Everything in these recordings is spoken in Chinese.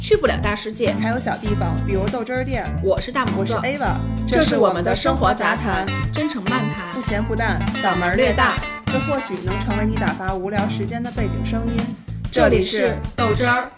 去不了大世界， 还有小地方，比如豆汁儿店。 我是大萌子， 我是 Ava， 这是我们的生活杂谈，真诚漫谈， 不咸不淡， 嗓门略大， 这或许能成为你打发无聊时间的背景声音。 这里是豆汁儿，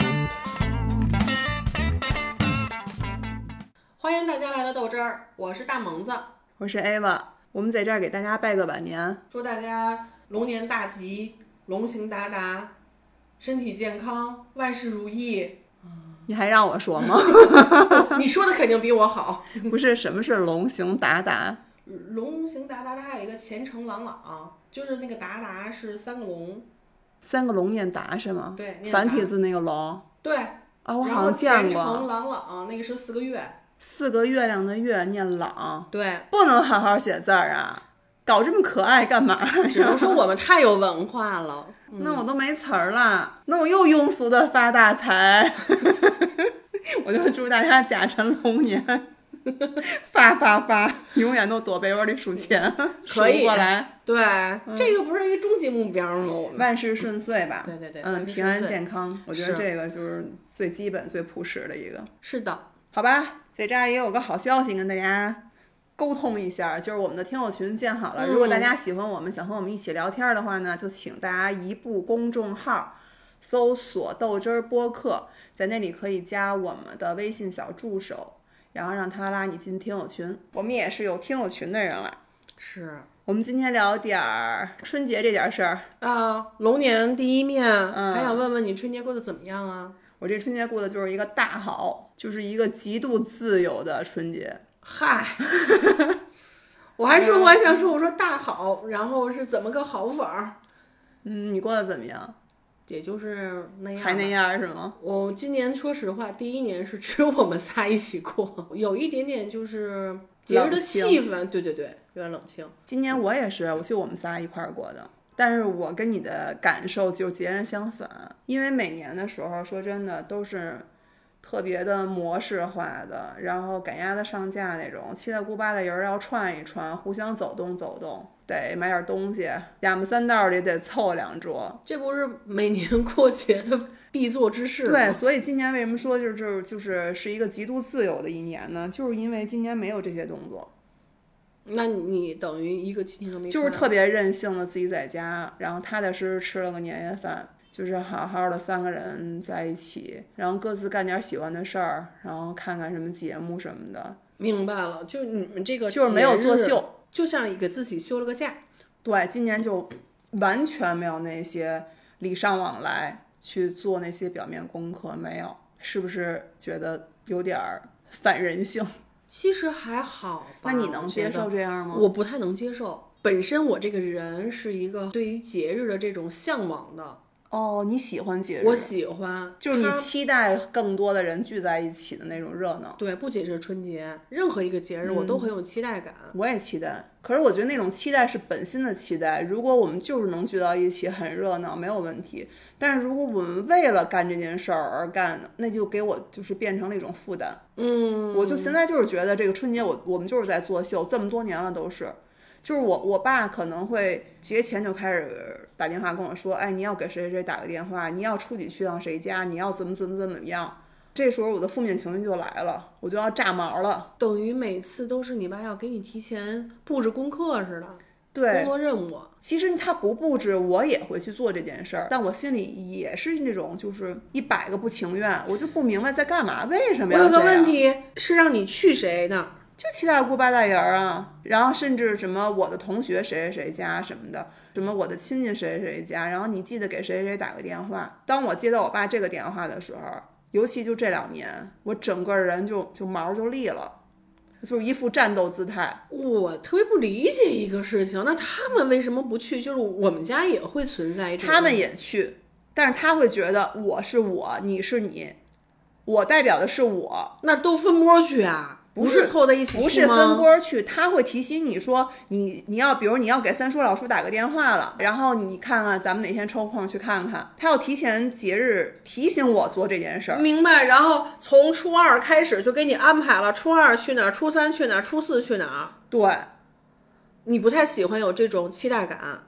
欢迎大家来到豆汁儿，我是大萌子， 我是 Ava， 我们在这儿给大家拜个晚年， 祝大家龙年大吉，龙行达达，身体健康，万事如意。 你还让我说吗？ 你说的肯定比我好。 不是，什么是龙行达达？ 龙行达达，它还有一个前程朗朗，就是那个达达是三个龙， 三个龙念达是吗？ 对， 繁体字那个龙。 对啊，我好像见过。 前程朗朗那个是4个月 ，4个月亮的月念朗。 对， 不能好好写字儿啊，搞这么可爱干嘛？ 只能说我们太有文化了。 那我都没词儿了，那我又庸俗的发大财。我就祝大家甲辰龙年发，永远都躲被窝里数钱， 可以数过来。 对，这个不是一个终极目标吗？ 万事顺遂吧。 对， 平安健康，我觉得这个就是最基本、最朴实的一个。 是的， 好吧，在这儿也有个好消息跟大家沟通一下，就是我们的听友群建好了。如果大家喜欢我们，想和我们一起聊天的话呢，就请大家移步公众号搜索豆汁儿播客，在那里可以加我们的微信小助手，然后让他拉你进听友群。我们也是有听友群的人了。 是我们今天聊点春节这点事儿啊，龙年第一面，还想问问你春节过得怎么样啊？ 我这春节过的就是一个大好，就是一个极度自由的春节。 嗨，我还想说，我说大好，然后是怎么个好法？ 你过得怎么样？ 也就是那样， 还那样是吗？ 我今年说实话，第一年是只有我们仨一起过，有一点点就是节日的气氛，对，有点冷清。 今年我也是，就我们仨一块儿过的。但是我跟你的感受就截然相反，因为每年的时候，说真的都是特别的模式化的，然后赶鸭子上架那种，七大姑八大人要串一串，互相走动，得买点东西，亚木三道里得凑2桌， 这不是每年过节的必做之事吗？ 对，所以今年为什么说是一个极度自由的一年呢？就是因为今年没有这些动作。 那你等于一个7天都没， 就是特别任性的自己在家，然后踏踏实实吃了个年夜饭，就是好好的3个人在一起，然后各自干点喜欢的事儿，然后看看什么节目什么的。 明白了，就你们这个就是没有作秀， 就像给自己休了个假。 对，今年就完全没有那些礼尚往来去做那些表面功课，没有，是不是觉得有点反人性？ 其实还好吧。 那你能接受这样吗？ 我不太能接受，本身我这个人是一个对于节日的这种向往的。 哦，你喜欢节日？ 我喜欢， 就是你期待更多的人聚在一起的那种热闹。 对，不仅是春节，任何一个节日我都很有期待感。 我也期待，可是我觉得那种期待是本心的期待。如果我们就是能聚到一起，很热闹，没有问题。但是如果我们为了干这件事儿而干，那就给我就是变成了一种负担。我就现在就是觉得这个春节我们就是在作秀，这么多年了都是。就是我爸可能会节前就开始打电话跟我说，哎，你要给谁谁打个电话，你要初几去趟谁家，你要怎么样。这时候我的负面情绪就来了，我就要炸毛了。 等于每次都是你爸要给你提前布置功课似的， 对， 工作任务。 其实他不布置，我也会去做这件事儿，但我心里也是那种就是100个不情愿，我就不明白在干嘛，为什么要这样？ 我有个问题是让你去谁的？ 就七大姑八大人啊，然后甚至什么我的同学谁谁谁家什么的，什么我的亲戚谁谁谁家，然后你记得给谁谁打个电话。当我接到我爸这个电话的时候，尤其就这2年，我整个人就毛就立了，就是一副战斗姿态。 我特别不理解一个事情，那他们为什么不去？就是我们家也会存在这种， 他们也去，但是他会觉得我是我，你是你，我代表的是我， 那都分波去啊。不是凑在一起去吗？ 不是分波去，他会提醒你说你要比如你要给三叔老叔打个电话了，然后你看看咱们哪天抽空去看看，他要提前节日提醒我做这件事儿。 明白，然后从初2开始就给你安排了，初2去哪儿，初3去哪儿，初4去哪儿。 对， 你不太喜欢有这种期待感。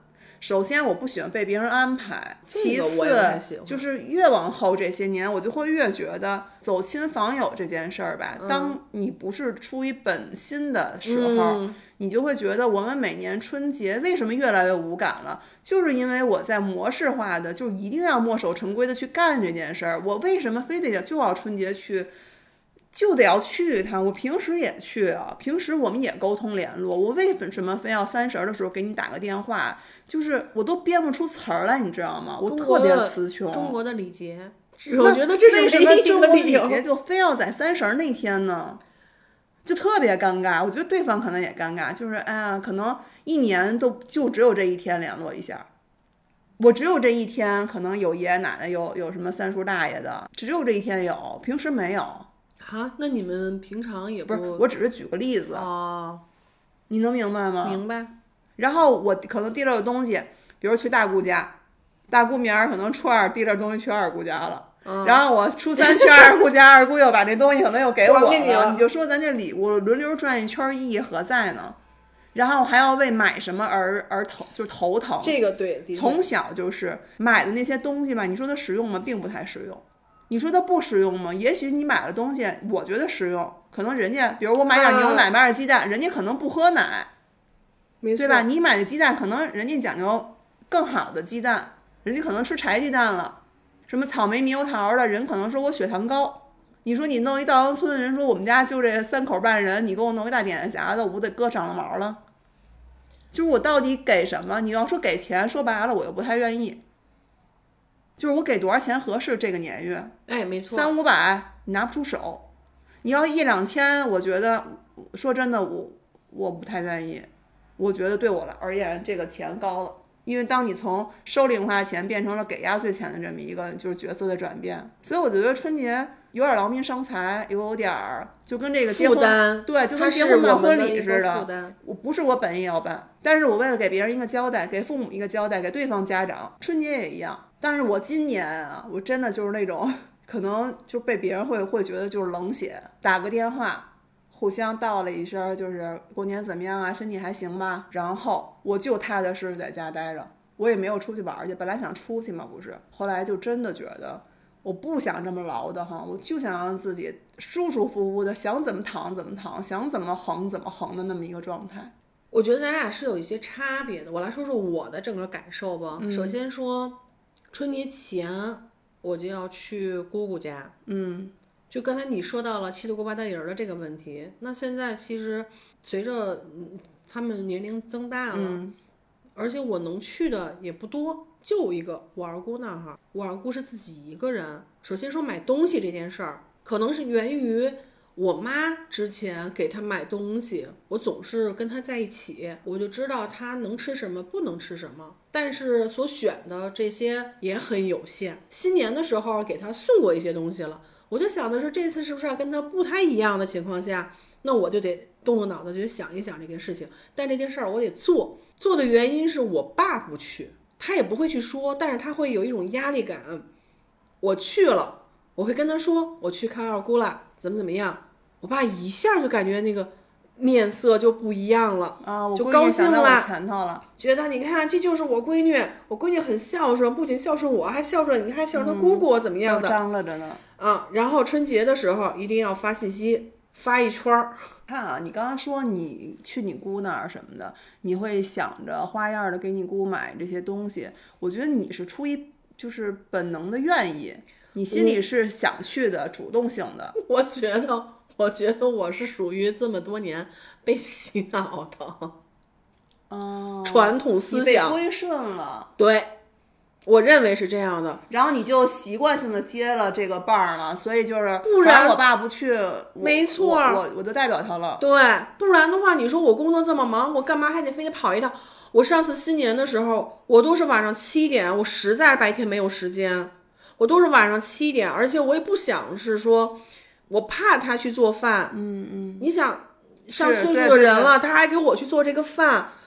首先我不喜欢被别人安排，其我也不太喜次欢就是越往后这些年，我就会越觉得走亲访友这件事儿吧，当你不是出于本心的时候，你就会觉得我们每年春节为什么越来越无感了，就是因为我在模式化的就一定要墨守成规的去干这件事儿，我为什么非得就要春节去，就得要去一趟，我平时也去啊，平时我们也沟通联络，我为什么非要30的时候给你打个电话？就是我都编不出词儿来，你知道吗？我特别词穷。 中国的礼节，我觉得这是为什么中国礼礼节就非要在30那天呢？就特别尴尬，我觉得对方可能也尴尬，就是哎呀，可能一年就只有这一天联络一下。我只有这一天，可能有爷爷奶奶，有什么三叔大爷的，只有这一天有，平时没有。 啊，那你们平常也不是？我只是举个例子哦， 你能明白吗？ 明白。 然后我可能提了个东西，比如去大姑家，大姑明儿可能初二提了东西去二姑家了。然后我初3去二姑家，二姑又把这东西可能又给我了，你就说咱这礼物轮流转一圈，意义何在呢？然后还要为买什么而头疼。 这个对， 从小就是买的那些东西吧，你说它实用吗？并不太实用。你说它不实用吗？也许你买的东西，我觉得实用，可能人家，比如我买点牛奶，买点鸡蛋，人家可能不喝奶，对吧？你买的鸡蛋，可能人家讲究更好的鸡蛋，人家可能吃柴鸡蛋了。什么草莓猕猴桃的人可能说我血糖高，你说你弄一稻香村，人说我们家就这3口半人，你给我弄一大点心匣子，我不得割长了毛了？就是我到底给什么？你要说给钱，说白了我又不太愿意。就是我给多少钱合适这个年月？ 哎，没错 ，300-500你拿不出手。你要1-2千，我觉得说真的，我不太愿意。我觉得对我而言，这个钱高了。因为当你从收零花钱变成了给压岁钱的这么一个就是角色的转变，所以我觉得春节有点劳民伤财，有点就跟这个结婚，对，就跟结婚办婚礼似的。我不是我本意要办，但是我为了给别人一个交代，给父母一个交代，给对方家长，春节也一样。但是我今年啊，我真的就是那种可能就被别人会觉得就是冷血，打个电话。互相道了一声，就是过年怎么样啊？身体还行吧？然后我就踏踏实实在家待着，我也没有出去玩去。本来想出去嘛，不是？后来就真的觉得我不想这么劳的慌，我就想让自己舒舒服服的，想怎么躺怎么躺，想怎么横怎么横的那么一个状态。 我觉得咱俩是有一些差别的。我来说说我的整个感受吧。首先说，春节前我就要去姑姑家。就刚才你说到了七大姑八大姨的这个问题，那现在其实随着他们年龄增大了，而且我能去的也不多，就一个我二姑那儿。我二姑是自己一个人。首先说买东西这件事儿，可能是源于我妈之前给她买东西，我总是跟她在一起，我就知道她能吃什么不能吃什么，但是所选的这些也很有限。新年的时候给她送过一些东西了，我就想的是这次是不是要跟他不太一样的情况下，那我就得动动脑子，就想一想这件事情。但这件事儿我得做的原因是我爸不去，他也不会去说，但是他会有一种压力感。我去了，我会跟他说我去看二姑了，怎么样。我爸一下就感觉那个面色就不一样了啊， 就高兴了， 觉得你看这就是我闺女，我闺女很孝顺，不仅孝顺我，还孝顺你，还孝顺她姑姑，怎么样的？ 张罗着呢。 然后春节的时候一定要发信息，发一圈儿。 看啊，你刚刚说你去你姑那儿什么的，你会想着花样的给你姑买这些东西，我觉得你是出于就是本能的愿意，你心里是想去的，主动性的。 我觉得我是属于这么多年被洗脑的，传统思想你被归顺了， 对，我认为是这样的。 然后你就习惯性的接了这个棒儿了，所以就是不然我爸不去， 没错， 我就代表他了。 对，不然的话，你说我工作这么忙，我干嘛还得非得跑一趟？我上次新年的时候，我都是晚上7点，我实在白天没有时间，我都是晚上7点，而且我也不想是说。我怕他去做饭，你想上岁数的人了，他还给我去做这个饭，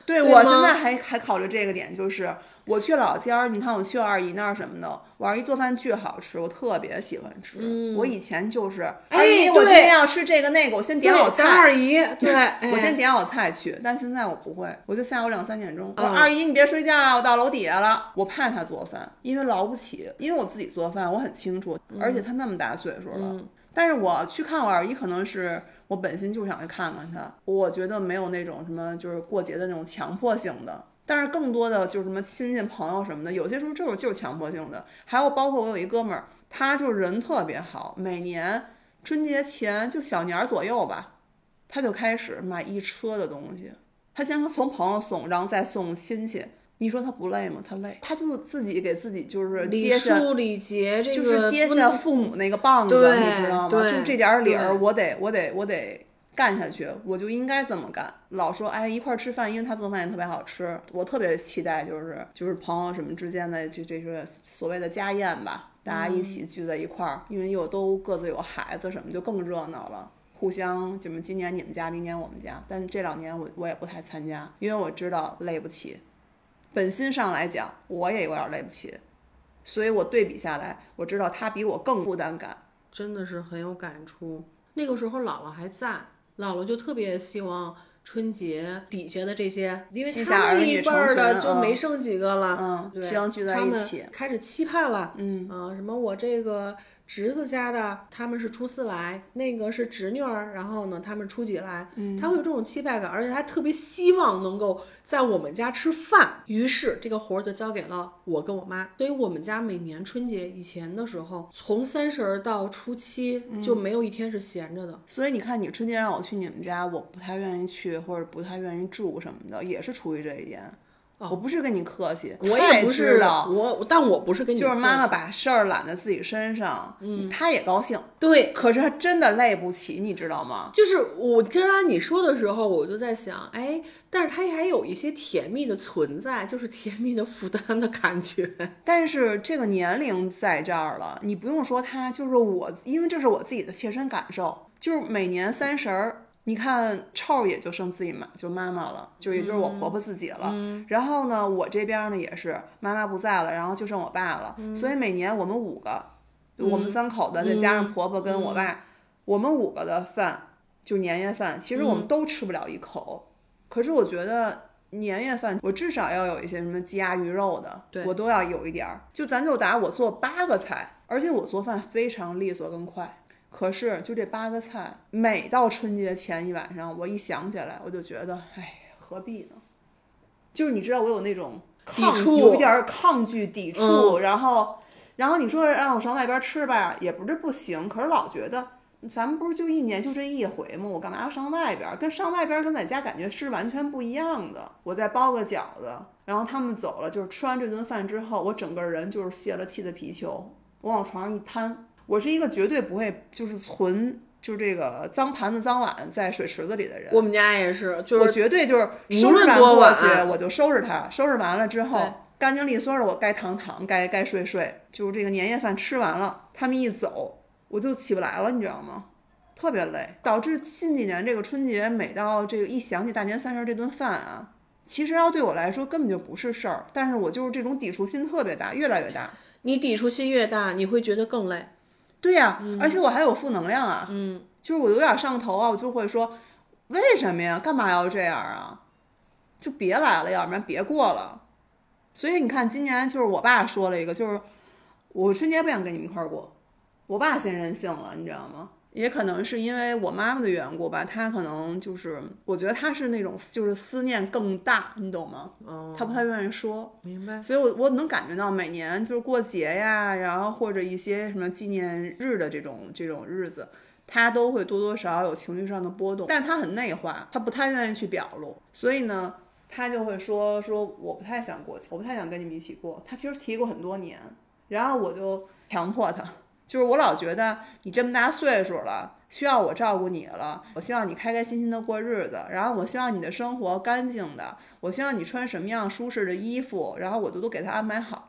对，我现在还考虑这个点，就是我去老家，你看我去我二姨那儿什么的，我二姨做饭巨好吃，我特别喜欢吃。我以前就是二姨，我今天要吃这个那个，我先点好菜。 二姨，对， 我先点好菜去。但现在我不会，我就下午2、3点钟，我说二姨你别睡觉，我到楼底下了。我怕她做饭，因为劳不起，因为我自己做饭我很清楚，而且她那么大岁数了。但是我去看我二姨，可能是我本心就想去看看她，我觉得没有那种什么就是过节的那种强迫性的。但是更多的就是什么亲戚朋友什么的，有些时候就是强迫性的。还有包括我有一哥们儿，他就是人特别好，每年春节前就小年左右吧，他就开始买一车的东西。他先从朋友送，然后再送亲戚。你说他不累吗？他累，他就自己给自己就是接下礼数礼节，这个就是接下父母那个棒子，你知道吗？就这点理儿，我得干下去，我就应该这么干。老说哎一块吃饭，因为他做饭也特别好吃，我特别期待就是朋友什么之间的这个所谓的家宴吧，大家一起聚在一块儿，因为又都各自有孩子什么，就更热闹了。互相怎么今年你们家，明年我们家，但是这2年我也不太参加，因为我知道累不起。本心上来讲，我也有点累不起，所以我对比下来，我知道他比我更负担感， 真的是很有感触。那个时候姥姥还在，姥姥就特别希望春节底下的这些，因为他那一辈儿的就没剩几个了，对， 希望聚在一起， 开始期盼了，什么我这个侄子家的他们是初4来，那个是侄女儿，然后呢他们初几来，他会有这种期盼感，而且他特别希望能够在我们家吃饭，于是这个活儿就交给了我跟我妈。所以我们家每年春节以前的时候，从30到初7就没有一天是闲着的。 所以你看，你春节让我去你们家，我不太愿意去，或者不太愿意住什么的，也是出于这一点。我不是跟你客气， 我也不是但我不是跟你客气， 就是妈妈把事儿揽在自己身上，她也高兴。 对， 可是她真的累不起，你知道吗？ 就是我刚刚你说的时候，我就在想，哎，但是她还有一些甜蜜的存在，就是甜蜜的负担的感觉。 但是这个年龄在这儿了，你不用说她，就是我，因为这是我自己的切身感受，就是每年30。你看臭也就剩自己就妈妈了，就也就是我婆婆自己了。然后呢，我这边呢也是妈妈不在了，然后就剩我爸了。所以每年我们5个，我们3口的再加上婆婆跟我爸，我们5个的饭就年夜饭，其实我们都吃不了一口。可是我觉得年夜饭我至少要有一些什么鸡鸭鱼肉的，我都要有一点儿。就咱就打我做8个菜，而且我做饭非常利索跟快。可是就这8个菜，每到春节前一晚上，我一想起来，我就觉得，哎，何必呢？就是你知道，我有那种有一点抗拒、抵触，然后你说让我上外边吃吧，也不是不行，可是老觉得咱们不是就1年就这一回吗？我干嘛要上外边？跟上外边跟在家感觉是完全不一样的。我再包个饺子，然后他们走了，就是吃完这顿饭之后，我整个人就是泄了气的皮球，我往床上一摊。我是一个绝对不会就是就是这个脏盘子脏碗在水池子里的人。 我们家也是，就是我绝对就是收拾完过去我就收拾它，收拾完了之后干净利索的我该躺该睡，就是这个年夜饭吃完了，他们一走我就起不来了，你知道吗？特别累，导致近几年这个春节每到这个一想起大年30这顿饭啊，其实要对我来说根本就不是事儿，但是我就是这种抵触心特别大，越来越大。 你抵触心越大，你会觉得更累。 对呀，而且我还有负能量啊，就是我有点上头啊，我就会说，为什么呀？干嘛要这样啊？就别来了，要不然别过了。所以你看，今年就是我爸说了一个，就是我春节不想跟你们一块儿过，我爸先任性了，你知道吗？也可能是因为我妈妈的缘故吧，她可能就是我觉得她是那种就是思念更大，你懂吗？她不太愿意说， 明白。 所以我能感觉到每年就是过节呀，然后或者一些什么纪念日的这种日子，她都会多多少少有情绪上的波动，但是她很内化，她不太愿意去表露，所以呢她就会说我不太想过节，我不太想跟你们一起过。她其实提过很多年，然后我就强迫她。就是我老觉得你这么大岁数了，需要我照顾你了，我希望你开开心心的过日子，然后我希望你的生活干净的，我希望你穿什么样舒适的衣服，然后我都给他安排好了。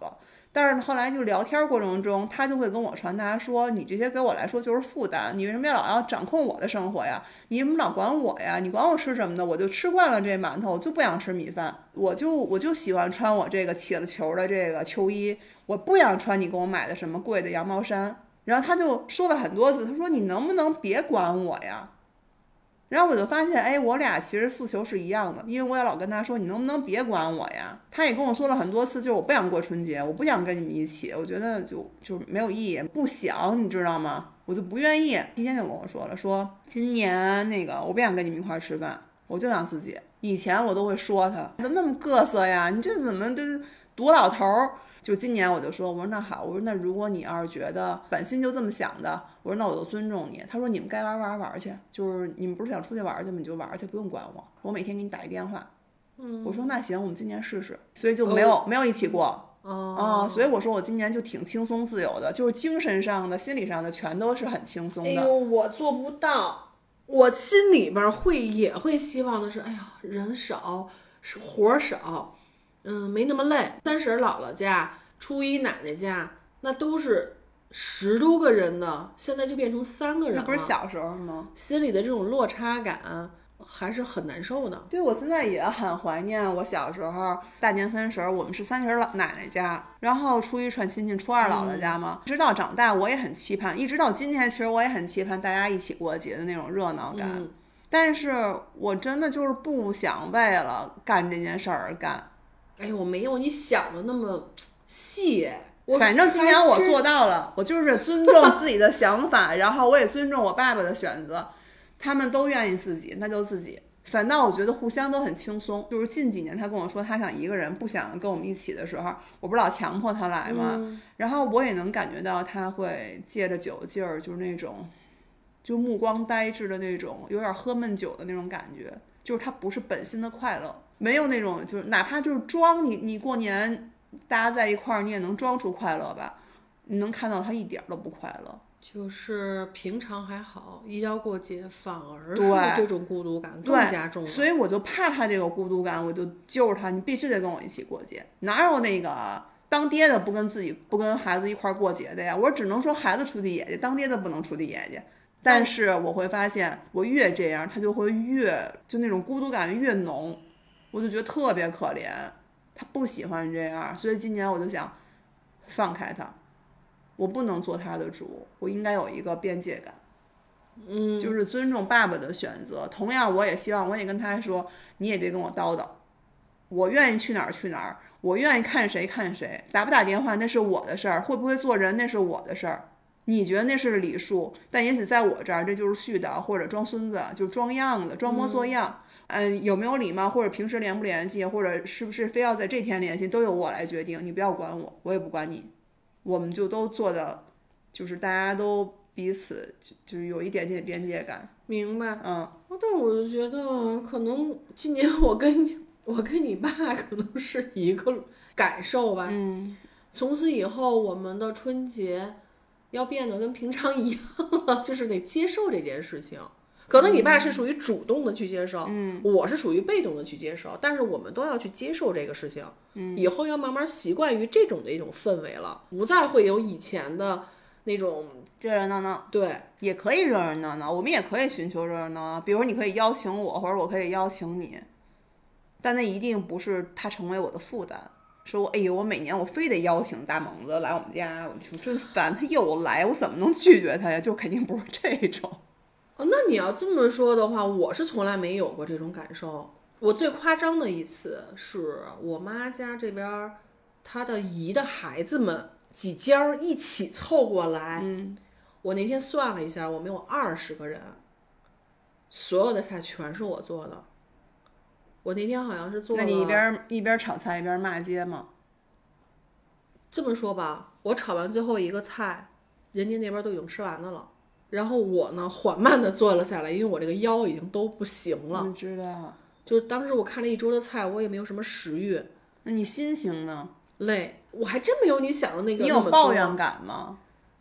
但是后来就聊天过程中，他就会跟我传达说，你这些给我来说就是负担，你为什么老要掌控我的生活呀？你为什么老管我呀？你管我吃什么的，我就吃惯了这馒头，我就不想吃米饭，我就喜欢穿我这个起了球的这个秋衣，我不想穿你给我买的什么贵的羊毛衫。然后他就说了很多次，他说你能不能别管我呀？然后我就发现，哎，我俩其实诉求是一样的，因为我也老跟他说，你能不能别管我呀？他也跟我说了很多次，就是我不想过春节，我不想跟你们一起，我觉得就没有意义，不想，你知道吗？我就不愿意。提前就跟我说了，说今年那个我不想跟你们一块吃饭，我就想自己。以前我都会说他，怎么那么各色呀？你这怎么都毒老头儿？就今年我就说，我说那好，我说那如果你要是觉得本心就这么想的，我说那我就尊重你。他说你们该玩去，就是你们不是想出去玩去吗？你就玩去，不用管我。我每天给你打一电话。我说那行，我们今年试试。所以就没有一起过。所以我说我今年就挺轻松自由的，就是精神上的、心理上的全都是很轻松的。 哎呦，我做不到，我心里边也会希望的是，哎呀，人少，活少。没那么累。三婶姥姥家、初一奶奶家，那都是10多个人的，现在就变成3个人了。 那不是小时候吗？ 心里的这种落差感还是很难受的。 对，我现在也很怀念我小时候，大年三十我们是三婶奶奶家，然后初一串亲戚，初二姥姥家嘛。直到长大，我也很期盼，一直到今天，其实我也很期盼大家一起过节的那种热闹感。但是我真的就是不想为了干这件事儿而干。 哎呦，我没有你想的那么细。 反正今年我做到了，我就是尊重自己的想法，然后我也尊重我爸爸的选择，他们都愿意自己，那就自己。反倒我觉得互相都很轻松。就是近几年他跟我说他想一个人，不想跟我们一起的时候，我不是老强迫他来嘛，然后我也能感觉到他会借着酒劲儿，就是那种就目光呆滞的那种，有点喝闷酒的那种感觉，就是他不是本心的快乐。没有那种，就是哪怕就是装你过年大家在一块儿，你也能装出快乐吧？你能看到他一点都不快乐， 就是平常还好，一到过节反而是这种孤独感更加重。 所以我就怕他这个孤独感，我就揪着他，你必须得跟我一起过节。哪有那个当爹的不跟孩子一块儿过节的呀？我只能说孩子出去野去，当爹的不能出去野去。但是我会发现，我越这样，他就会就那种孤独感越浓。我就觉得特别可怜，他不喜欢这样，所以今年我就想放开他，我不能做他的主，我应该有一个边界感，就是尊重爸爸的选择。同样，我也希望，我也跟他说，你也别跟我叨叨，我愿意去哪儿去哪儿，我愿意看谁看谁，打不打电话那是我的事儿，会不会做人那是我的事儿。你觉得那是礼数，但也许在我这儿这就是絮叨或者装孙子，就装样子，装模作样。有没有礼貌，或者平时联不联系，或者是不是非要在这天联系，都由我来决定。你不要管我，我也不管你，我们就都做的，就是大家都彼此就有一点点边界感。 明白。但我就觉得，可能今年我跟你爸可能是一个感受吧。从此以后，我们的春节要变得跟平常一样了，就是得接受这件事情。可能你爸是属于主动的去接受，我是属于被动的去接受，但是我们都要去接受这个事情。以后要慢慢习惯于这种的一种氛围了，不再会有以前的那种热热闹闹。 对， 也可以热热闹闹，我们也可以寻求热热闹闹。比如你可以邀请我，或者我可以邀请你，但那一定不是他成为我的负担。说哎呦，我每年我非得邀请大猛子来我们家，我就真烦，他又来，我怎么能拒绝他呀？就肯定不是这种。 那你要这么说的话，我是从来没有过这种感受。我最夸张的一次是我妈家这边，她的姨的孩子们几家一起凑过来。我那天算了一下，我们有20个人，所有的菜全是我做的。我那天好像是做了。 那你一边炒菜一边骂街吗？ 这么说吧，我炒完最后一个菜，人家那边都已经吃完的了。然后我呢，缓慢地坐了下来，因为我这个腰已经都不行了。 你知道， 就是当时我看了一桌的菜，我也没有什么食欲。 那你心情呢？ 累，我还真没有你想的那个。 你有抱怨感吗？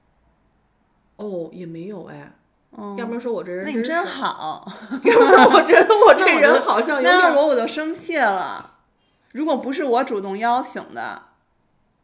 也没有哎。要不然说我这人那你真好。 要不然我觉得我这人好像有点。 那我就生气了。如果不是我主动邀请的，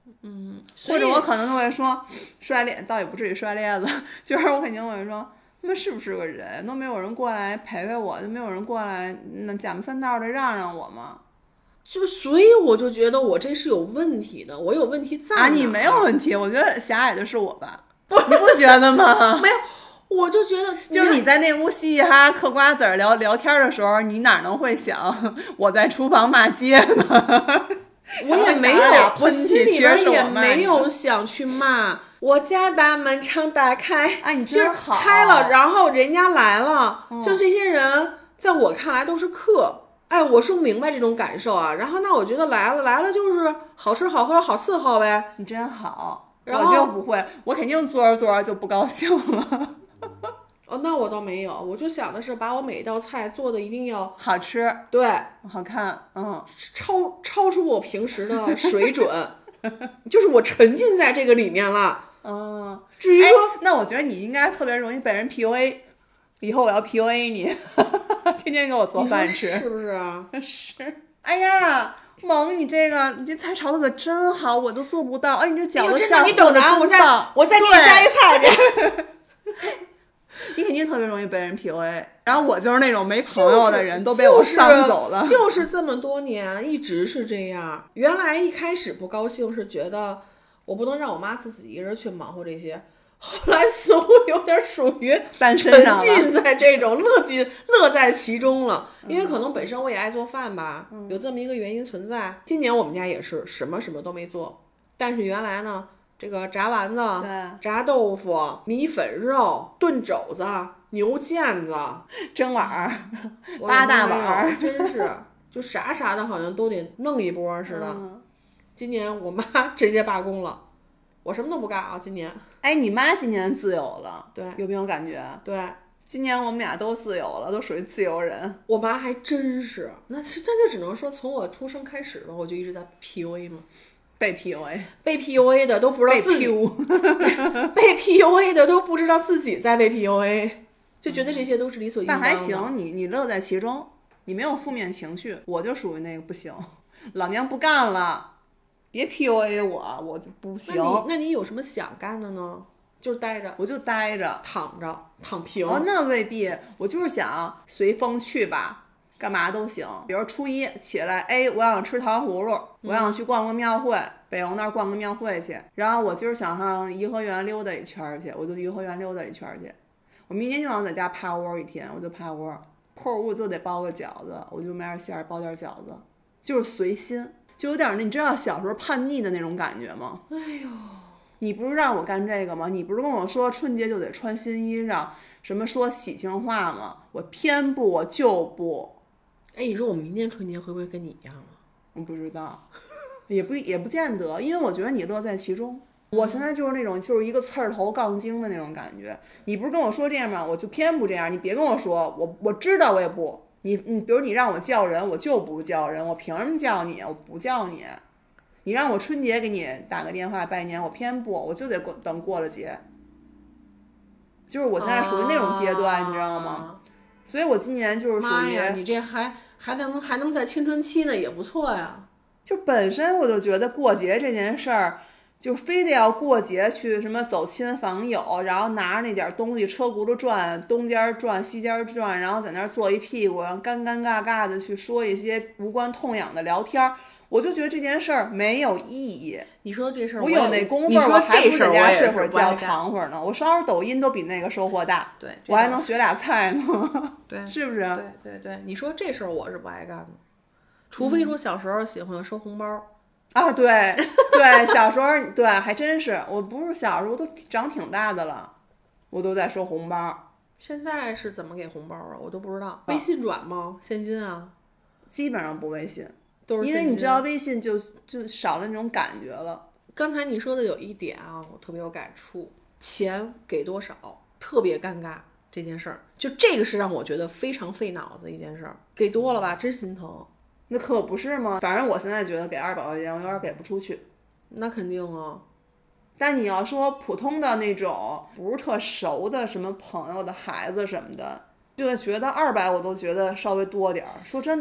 或者我可能会说摔咧，倒也不至于摔咧子，就是我肯定会说他们是不是个人，都没有人过来陪陪我，都没有人过来那假模三道的让我吗？ 所以我就觉得我这是有问题的，我有问题在哪？ 你没有问题，我觉得狭隘的是我吧，你不觉得吗？ 没有，我就觉得就是你在那屋嘻嘻哈哈嗑瓜子儿聊天的时候，你哪能会想我在厨房骂街呢？ 我也没有，我心里边也没有想去骂。我家大门常打开， 你真好， 就是开了，然后人家来了，就这些人在我看来都是客。我说明白这种感受啊。然后那我觉得来了就是好吃好喝好伺候呗。 你真好，我就不会，我肯定坐着就不高兴了。 那我倒没有，我就想的是把我每一道菜做的一定要好吃， 对， 好看， 超出我平时的水准，就是我沉浸在这个里面了。至于说， 那我觉得你应该特别容易被人 PUA， 以后我要 PUA 你，天天给我做饭吃， 是不是啊？ 是。哎呀，萌，你这菜炒的可真好，我都做不到。你这饺子馅你等着啊，我再给你加一菜去。 你肯定特别容易被人 PUA， 然后我就是那种没朋友的人，都被我丧走了。 就是这么多年一直是这样。原来一开始不高兴是觉得我不能让我妈自己一个人去忙活这些，后来似乎有点属于沉浸在这种乐在其中了。因为可能本身我也爱做饭吧，有这么一个原因存在。今年我们家也是什么都没做，但是原来呢，这个炸丸子、炸豆腐、米粉肉、炖肘子、牛腱子、 蒸碗、八大碗， 真是就啥的好像都得弄一波似的。今年我妈直接罢工了，我什么都不干啊！今年， 你妈今年自由了， 对， 有没有感觉？ 对， 今年我们俩都自由了，都属于自由人。 我妈还真是，那就只能说从我出生开始吧，我就一直在 PUA 嘛。 被 PUA， 被 PUA 的都不知道自己被 PUA 的都不知道自己在被 PUA， 就觉得这些都是理所应当的。 但还行，你乐在其中，你没有负面情绪。我就属于那个不行，老娘不干了，别 PUA 我就不行。 那你有什么想干的呢？就是待着， 我就待着， 躺平。 那未必，我就是想随风去吧。干嘛都行，比如初一起来，我想吃糖葫芦，我想去逛个庙会，北邮那儿逛个庙会去。然后我今儿想上颐和园溜达一圈去，我就颐和园溜达一圈去。我明天就想在家趴窝一天，我就趴窝，破屋就得包个饺子，我就买点馅儿包点饺子，就是随心，就有点你知道小时候叛逆的那种感觉吗？ 哎呦， 你不是让我干这个吗？你不是跟我说春节就得穿新衣裳，什么说喜庆话吗？我偏不，我就不。 你说我明年春节会不会跟你一样啊？ 我不知道，也不见得，因为我觉得你乐在其中。我现在就是那种就是一个刺儿头杠精的那种感觉。你不是跟我说这样吗？我就偏不这样。你别跟我说，我知道我也不。你比如你让我叫人，我就不叫人，我凭什么叫你？我不叫你。你让我春节给你打个电话拜年，我偏不，我就得等过了节。就是我现在属于那种阶段，你知道吗？所以我今年就是属于， 妈呀，你这还能在青春期呢，也不错呀。 就本身我就觉得过节这件事儿，就非得要过节去什么走亲访友，然后拿着那点东西车轱辘转，东间转西间转，然后在那儿坐一屁股，然后尴尬的去说一些无关痛痒的聊天，我就觉得这件事儿没有意义。 你说这事儿， 我有那功夫，我还不如在家睡会儿觉，躺会儿呢。我刷会儿抖音都比那个收获大。 对， 我还能学俩菜呢。 对， 是不是？ 对，你说这事儿我是不爱干的，除非说小时候喜欢收红包。 对，小时候对还真是，我不是小时候都长挺大的了，我都在收红包。 现在是怎么给红包啊？我都不知道。微信转吗？现金啊？ 基本上不微信。 都是因为你知道微信就少了那种感觉了。 刚才你说的有一点啊，我特别有感触，钱给多少特别尴尬这件事儿，就这个是让我觉得非常费脑子一件事儿，给多了吧真心疼。 那可不是吗？反正我现在觉得给200块钱我有点给不出去。 那肯定啊。 但你要说普通的那种不是特熟的什么朋友的孩子什么的，就觉得200我都觉得稍微多点儿。说真的。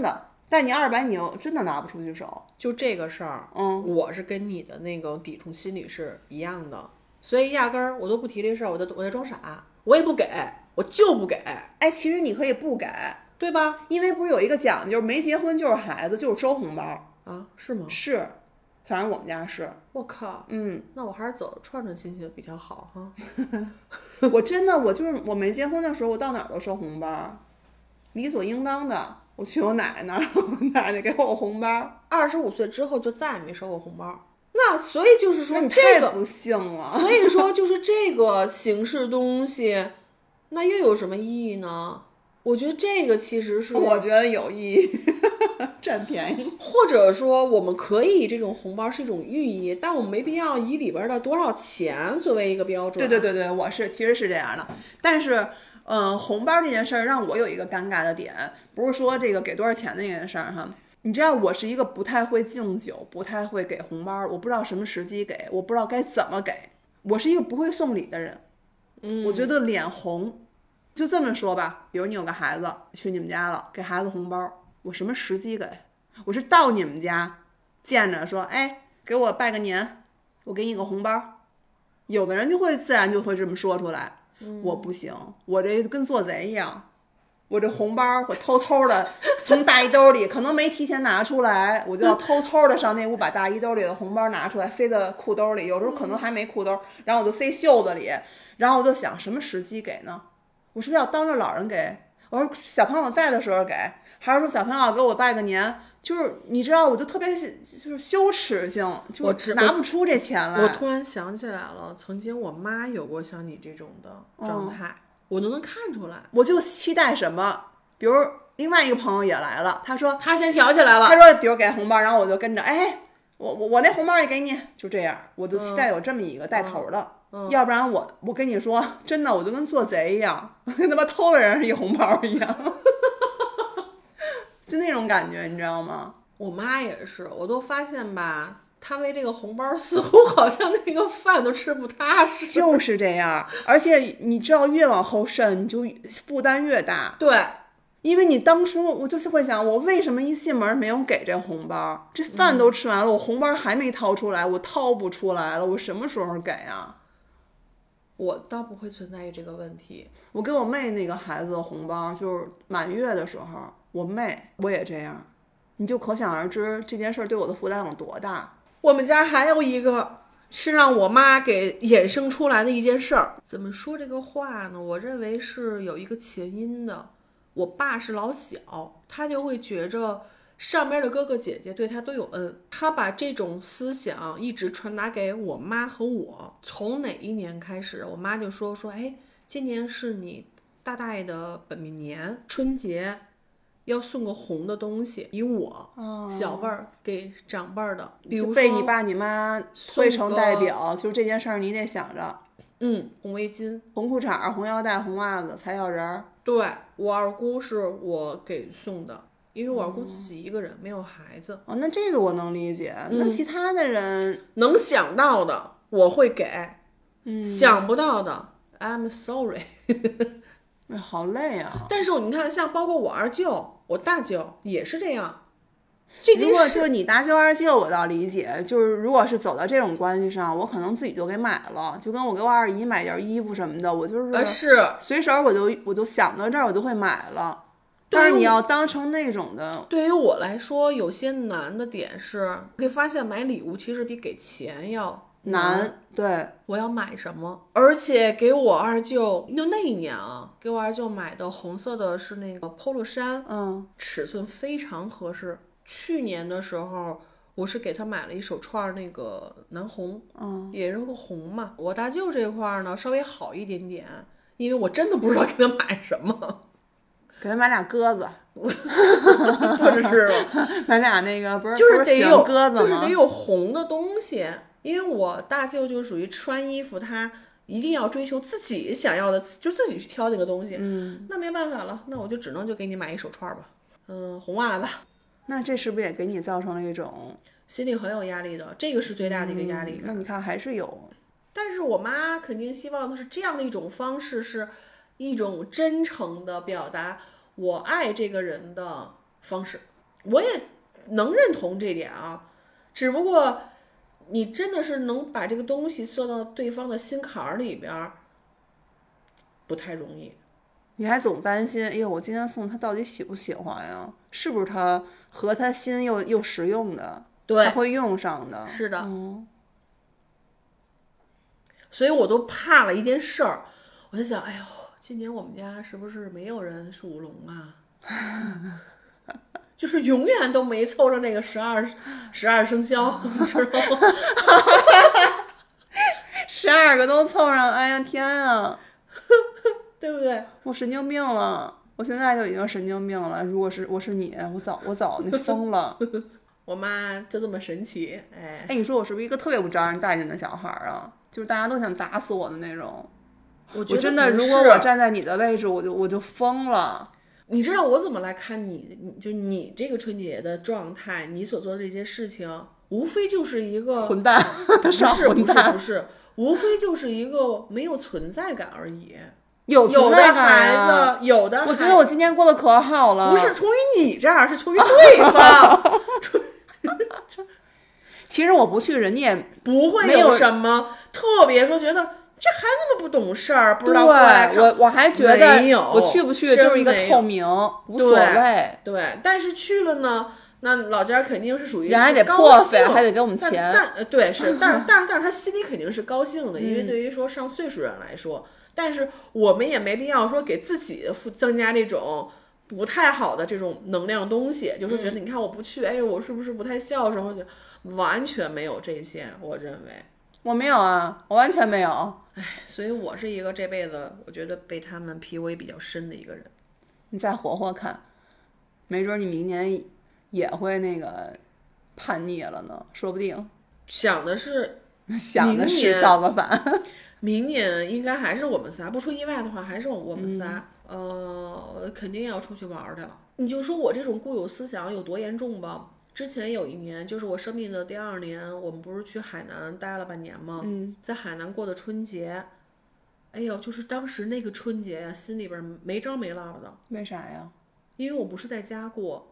但你200你又真的拿不出去手。 就这个事儿，我是跟你的那个抵触心理是一样的，所以压根儿我都不提这事儿，我在装傻，我也不给，我就不给。 哎，其实你可以不给， 对吧？ 因为不是有一个讲究，没结婚就是孩子，就是收红包啊？是吗？ 是，反正我们家是。 我靠，那我还是走串串亲戚的比较好哈。 我真的，我没结婚的时候，我到哪儿都收红包，理所应当的。我去我奶奶那儿，我奶奶给我红包。 25岁之后就再也没收过红包。那所以就是说你这个太不幸了。 所以说就是这个形式东西，那又有什么意义呢？我觉得这个其实是， 我觉得有意义，占便宜。 或者说我们可以这种红包是一种寓意，但我们没必要以里边的多少钱作为一个标准。 对，我其实是这样的，但是。红包这件事儿让我有一个尴尬的点，不是说这个给多少钱那件事儿哈。你知道我是一个不太会敬酒，不太会给红包，我不知道什么时机给，我不知道该怎么给。我是一个不会送礼的人，我觉得脸红。就这么说吧，比如你有个孩子去你们家了，给孩子红包，我什么时机给？我是到你们家见着说，哎，给我拜个年，我给你个红包。有的人就会自然就会这么说出来。我不行，我这跟做贼一样，我这红包我偷偷的从大衣兜里，可能没提前拿出来，我就要偷偷的上那屋把大衣兜里的红包拿出来，塞到裤兜里，有时候可能还没裤兜，然后我就塞袖子里，然后我就想什么时机给呢？我是不是要当着老人给？我说小朋友在的时候给，还是说小朋友给我拜个年？就是你知道，我就特别就是羞耻性，就拿不出这钱来。 我突然想起来了，曾经我妈有过像你这种的状态，我都能看出来。 我就期待什么，比如另外一个朋友也来了，他说他先挑起来了， 他说比如给红包，然后我就跟着，哎，我那红包也给你，就这样，我就期待有这么一个带头的。要不然我跟你说，真的，我就跟做贼一样，跟他妈偷了人一红包一样。就那种感觉，你知道吗？ 我妈也是，我都发现吧，她为这个红包似乎好像那个饭都吃不踏实。 就是这样，而且你知道，越往后渗，你就负担越大。 对， 因为你当初我就是会想，我为什么一进门没有给这红包？这饭都吃完了，我红包还没掏出来，我掏不出来了，我什么时候给啊？ 我倒不会存在于这个问题。 我给我妹那个孩子的红包，就是满月的时候。我也这样，你就可想而知这件事对我的负担有多大。 我们家还有一个是让我妈给衍生出来的一件事儿。怎么说这个话呢？我认为是有一个前因的。我爸是老小，他就会觉着上边的哥哥姐姐对他都有恩，他把这种思想一直传达给我妈和我。从哪一年开始，我妈就说，哎，今年是你大爷的本命年，春节要送个红的东西，以我小辈儿给长辈儿的，比如说被你爸你妈推成代表，就这件事儿你得想着， 红围巾、 红裤衩、红腰带、红袜子、踩小人儿。 对，我二姑是我给送的，因为我二姑自己一个人，没有孩子。 那这个我能理解。那其他的人能想到的我会给，想不到的 I'm sorry。 好累啊！ 但是你看，像包括我二舅、我大舅也是这样。 如果就是你大舅二舅，我倒理解。就是如果是走到这种关系上，我可能自己就给买了，就跟我给我二姨买件衣服什么的，我就是随手我就想到这儿，我就会买了。但是你要当成那种的， 对于我来说，有些难的点是，会发现买礼物其实比给钱要难。 对， 我要买什么？而且给我二舅，就那一年啊，给我二舅买的红色的是那个 polo 衫，尺寸非常合适。去年的时候，我是给他买了一手串那个南红，也是个红嘛。我大舅这块呢稍微好一点点，因为我真的不知道给他买什么。 给他买俩鸽子， 或者是买俩那个不是就是得有鸽子吗？ 就是得有红的东西。因为我大舅就属于穿衣服，他一定要追求自己想要的，就自己去挑那个东西。那没办法了，那我就只能就给你买一手串吧，红袜子。 那这是不是也给你造成了一种心里很有压力的？这个是最大的一个压力感。 那你看还是有， 但是我妈肯定希望的是这样的一种方式，是一种真诚的表达我爱这个人的方式。 我也能认同这点啊，只不过你真的是能把这个东西射到对方的心坎儿里边，不太容易。 你还总担心，哎呦，我今天送他到底喜不喜欢呀？是不是他合他心又实用的？ 对， 他会用上的。 是的。所以我都怕了一件事儿，我就想，哎呦，今年我们家是不是没有人属龙啊？就是永远都没凑上那个12生肖，你知道吗 ？12个都凑上，哎呀天啊， 对不对？ 我神经病了，我现在就已经神经病了。如果是我是你，我早那疯了。 我妈就这么神奇，哎， 你说我是不是一个特别不招人待见的小孩啊？就是大家都想打死我的那种。我真的，如果我站在你的位置，我就疯了。 你知道我怎么来看你这个春节的状态，你所做的这些事情，无非就是一个混蛋， 不是，无非就是一个没有存在感而已。 有存在感啊，有的孩子， 我觉得我今天过得可好了。 不是出于你这儿，是出于对方。 其实我不去，人家也不会有什么特别说觉得这孩子们不懂事儿，不知道过来看。 我还觉得我去不去就是一个透明，无所谓。 对，但是去了呢，那老家肯定是属于人还得破费，还得给我们钱。 对，是，但是他心里肯定是高兴的，因为对于说上岁数人来说，但是我们也没必要说给自己增加这种不太好的这种能量东西，就是觉得你看我不去，哎，我是不是不太孝顺，或者完全没有这些，我认为。 我没有啊，我完全没有。 所以我是一个这辈子我觉得被他们 PUA 比较深的一个人。 你再活活看，没准你明年也会那个叛逆了呢，说不定。 想的是造个反。 明年应该还是我们仨，不出意外的话还是我们仨。肯定要出去玩去了。你就说我这种固有思想有多严重吧。之前有一年，就是我生病的第2年，我们不是去海南待了半年吗？在海南过的春节，哎呦，就是当时那个春节呀，心里边没着没落的。 为啥呀？ 因为我不是在家过，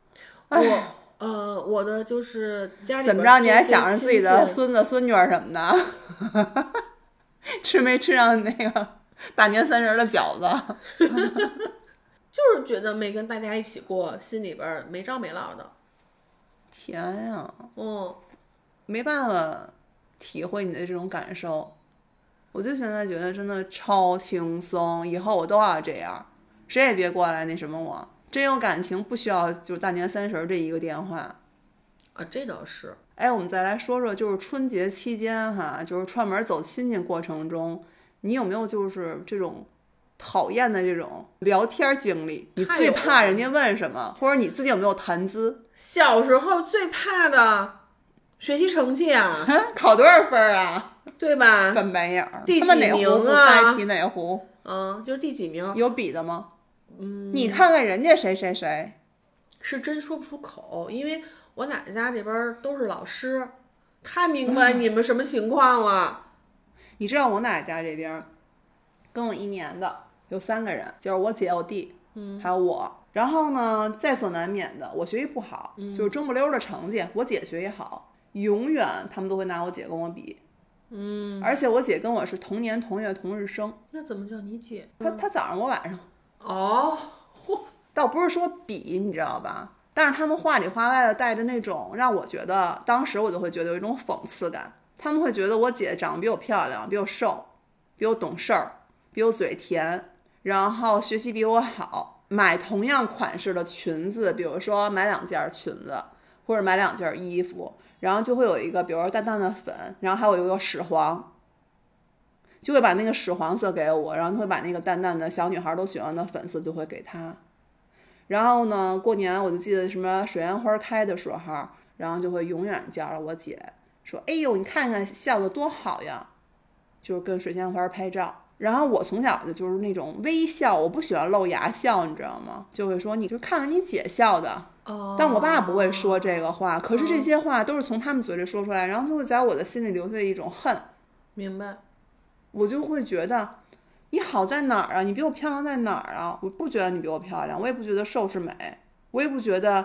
我的就是家里边怎么着？你还想着自己的孙子孙女什么的？吃没吃上那个大年30的饺子？ 就是觉得没跟大家一起过，心里边没着没落的。 天呀，没办法体会你的这种感受。我就现在觉得真的超轻松，以后我都要这样，谁也别过来那什么我。真有感情不需要就是大年30这一个电话啊，这倒是。 我们再来说说，就是春节期间哈，就是串门走亲戚过程中，你有没有就是这种讨厌的这种聊天经历？你最怕人家问什么，或者你自己有没有谈资？ 小时候最怕的学习成绩啊， 考多少分啊？ 对吧？ 翻白眼， 第几名啊？ 代题哪壶？ 就是第几名？ 有比的吗？你看看人家谁， 是真说不出口，因为我奶奶家这边都是老师，太明白你们什么情况了。 你知道我奶奶家这边跟我1年的有3个人，就是我姐、我弟，还有我。然后呢，在所难免的，我学习不好，就是中不溜的成绩。我姐学习好，永远他们都会拿我姐跟我比。而且我姐跟我是同年同月同日生。 那怎么叫你姐？ 她早上我晚上。 嚯！ 倒不是说比，你知道吧？但是他们话里话外的带着那种让我觉得，当时我就会觉得有一种讽刺感。他们会觉得我姐长得比我漂亮，比我瘦，比我懂事儿，比我嘴甜，然后学习比我好。买同样款式的裙子，比如说买2件裙子，或者买2件衣服，然后就会有一个，比如说淡淡的粉，然后还有一个屎黄，就会把那个屎黄色给我，然后会把那个淡淡的小女孩都喜欢的粉色就会给她。然后呢，过年我就记得什么水烟花开的时候，然后就会永远叫着我姐说：“哎呦，你看看笑得多好呀！”就是跟水仙花拍照。然后我从小就是那种微笑，我不喜欢露牙笑，你知道吗？就会说你就看看你姐笑的。但我爸不会说这个话，可是这些话都是从他们嘴里说出来，然后就会在我的心里留下一种恨。 明白。 我就会觉得你好在哪儿啊？你比我漂亮在哪儿啊？我不觉得你比我漂亮，我也不觉得瘦是美，我也不觉得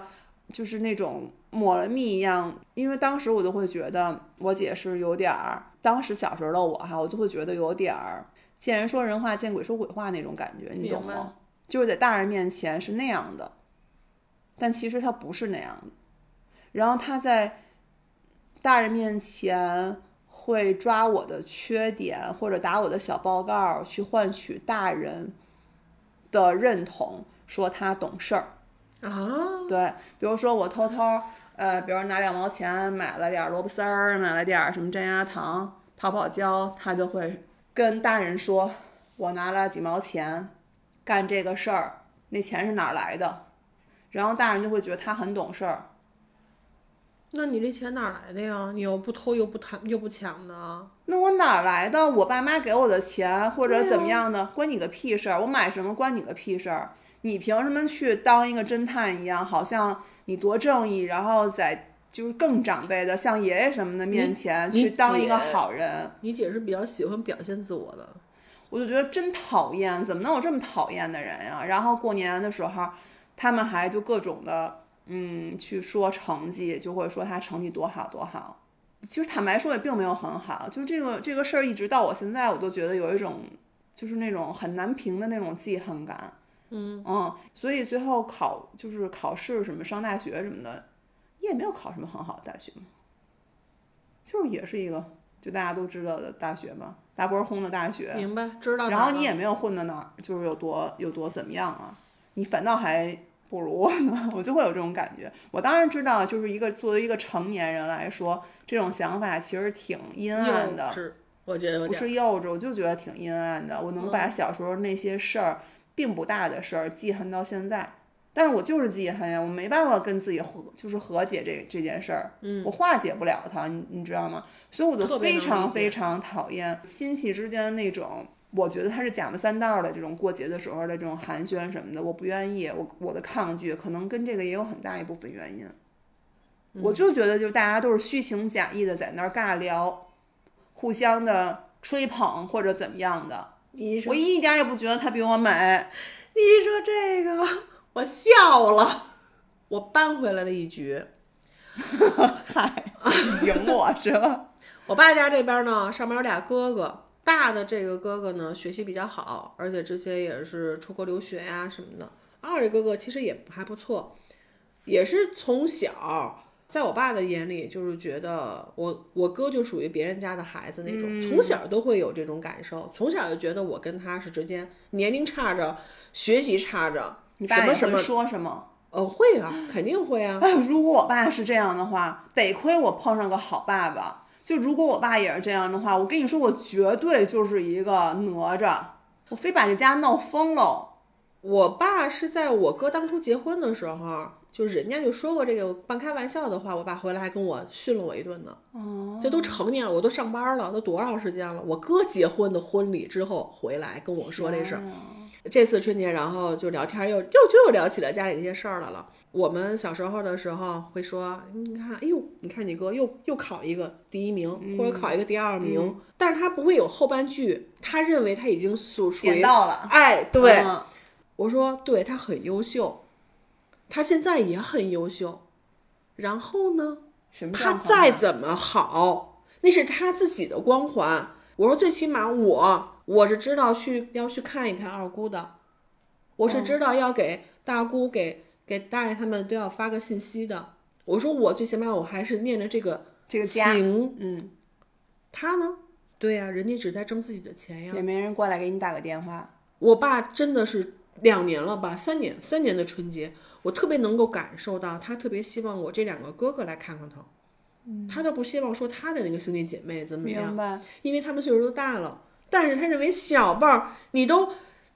就是那种抹了蜜一样，因为当时我就会觉得我姐是有点儿，当时小时候的我就会觉得有点儿见人说人话，见鬼说鬼话那种感觉，你懂吗？就是在大人面前是那样的，但其实他不是那样的。然后他在大人面前会抓我的缺点或者打我的小报告，去换取大人的认同，说他懂事儿啊。 对，比如说我偷偷比如拿2毛钱买了点萝卜丝儿，买了点什么粘牙糖、泡泡胶，他就会跟大人说，我拿了几毛钱干这个事儿，那钱是哪儿来的？然后大人就会觉得他很懂事儿。 那你这钱哪儿来的呀？你又不偷又不贪又不抢的。 那我哪儿来的？我爸妈给我的钱或者怎么样的，关你个屁事儿！我买什么关你个屁事儿！你凭什么去当一个侦探一样，好像你多正义，然后在就是更长辈的，像爷爷什么的面前去当一个好人？ 你姐是比较喜欢表现自我的， 我就觉得真讨厌，怎么能有这么讨厌的人呀？然后过年的时候，他们还就各种的去说成绩，就会说他成绩多好多好。其实坦白说也并没有很好，就这个事儿一直到我现在，我都觉得有一种就是那种很难评的那种记恨感。所以最后就是考试什么上大学什么的，你也没有考什么很好的大学嘛，就是也是一个就大家都知道的大学嘛，大波轰的大学。 明白，知道。 然后你也没有混到哪儿，就是有多怎么样啊？你反倒还不如我呢，我就会有这种感觉。我当然知道，就是作为一个成年人来说，这种想法其实挺阴暗的。 我觉得有点不是幼稚，我就觉得挺阴暗的。我能把小时候那些事儿，并不大的事儿记恨到现在，但是我就是记恨呀，我没办法跟自己和解这件事儿，我化解不了它，你知道吗？所以我就非常非常讨厌亲戚之间的那种。我觉得他是假模三道的这种过节的时候的这种寒暄什么的，我不愿意，我的抗拒可能跟这个也有很大一部分原因。我就觉得就是大家都是虚情假意的在那儿尬聊，互相的吹捧或者怎么样的，我一点也不觉得他比我美。 你说这个我笑了，我扳回来了一局。 嗨，赢我是吧？ 我爸家这边呢，上面有俩哥哥。大的这个哥哥呢，学习比较好，而且之前也是出国留学呀什么的。二个哥哥其实也还不错，也是从小在我爸的眼里，就是觉得我哥就属于别人家的孩子那种，从小都会有这种感受，从小就觉得我跟他是之间年龄差着，学习差着。 你爸也会说什么？ 会啊，肯定会啊。 如果我爸是这样的话，得亏我碰上个好爸爸。就如果我爸也是这样的话，我跟你说，我绝对就是一个哪吒，我非把这家闹疯了。 我爸是在我哥当初结婚的时候，就人家就说过这个半开玩笑的话，我爸回来还跟我训了我一顿呢。这都成年了，我都上班了，都多长时间了？我哥结婚的婚礼之后回来跟我说这事儿。这次春节，然后就聊天，又聊起了家里这些事儿来了。我们小时候的时候会说，你看，哎呦，你看你哥又考一个第1名，或者考一个第2名，但是他不会有后半句，他认为他已经属于点到了。 哎，对，我说对，他很优秀，他现在也很优秀，然后呢，他再怎么好，那是他自己的光环。我说最起码我是知道要去看一看二姑的，我是知道要给大姑给大爷他们都要发个信息的。我说我最起码我还是念着这个情。他呢？对呀，人家只在挣自己的钱呀， 也没人过来给你打个电话。 我爸真的是2年了吧，3年的春节，我特别能够感受到他特别希望我这2个哥哥来看看他。他都不希望说他的那个兄弟姐妹怎么样，因为他们岁数都大了。但是他认为小辈儿，你都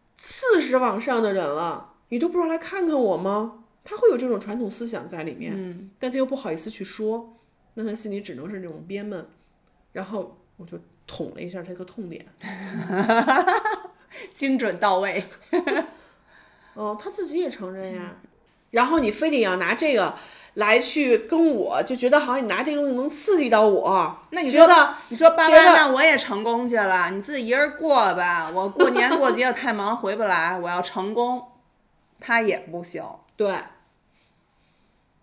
40往上的人了，你都不知道来看看我吗？他会有这种传统思想在里面，但他又不好意思去说，那他心里只能是这种憋闷。然后我就捅了一下他个痛点， 精准到位。 他自己也承认呀。然后你非得要拿这个来去跟我，就觉得好像你拿这个东西能刺激到我。 那你说爸爸，那我也成功去了，你自己一人过吧。我过年过节太忙回不来，我要成功，他也不行。 对，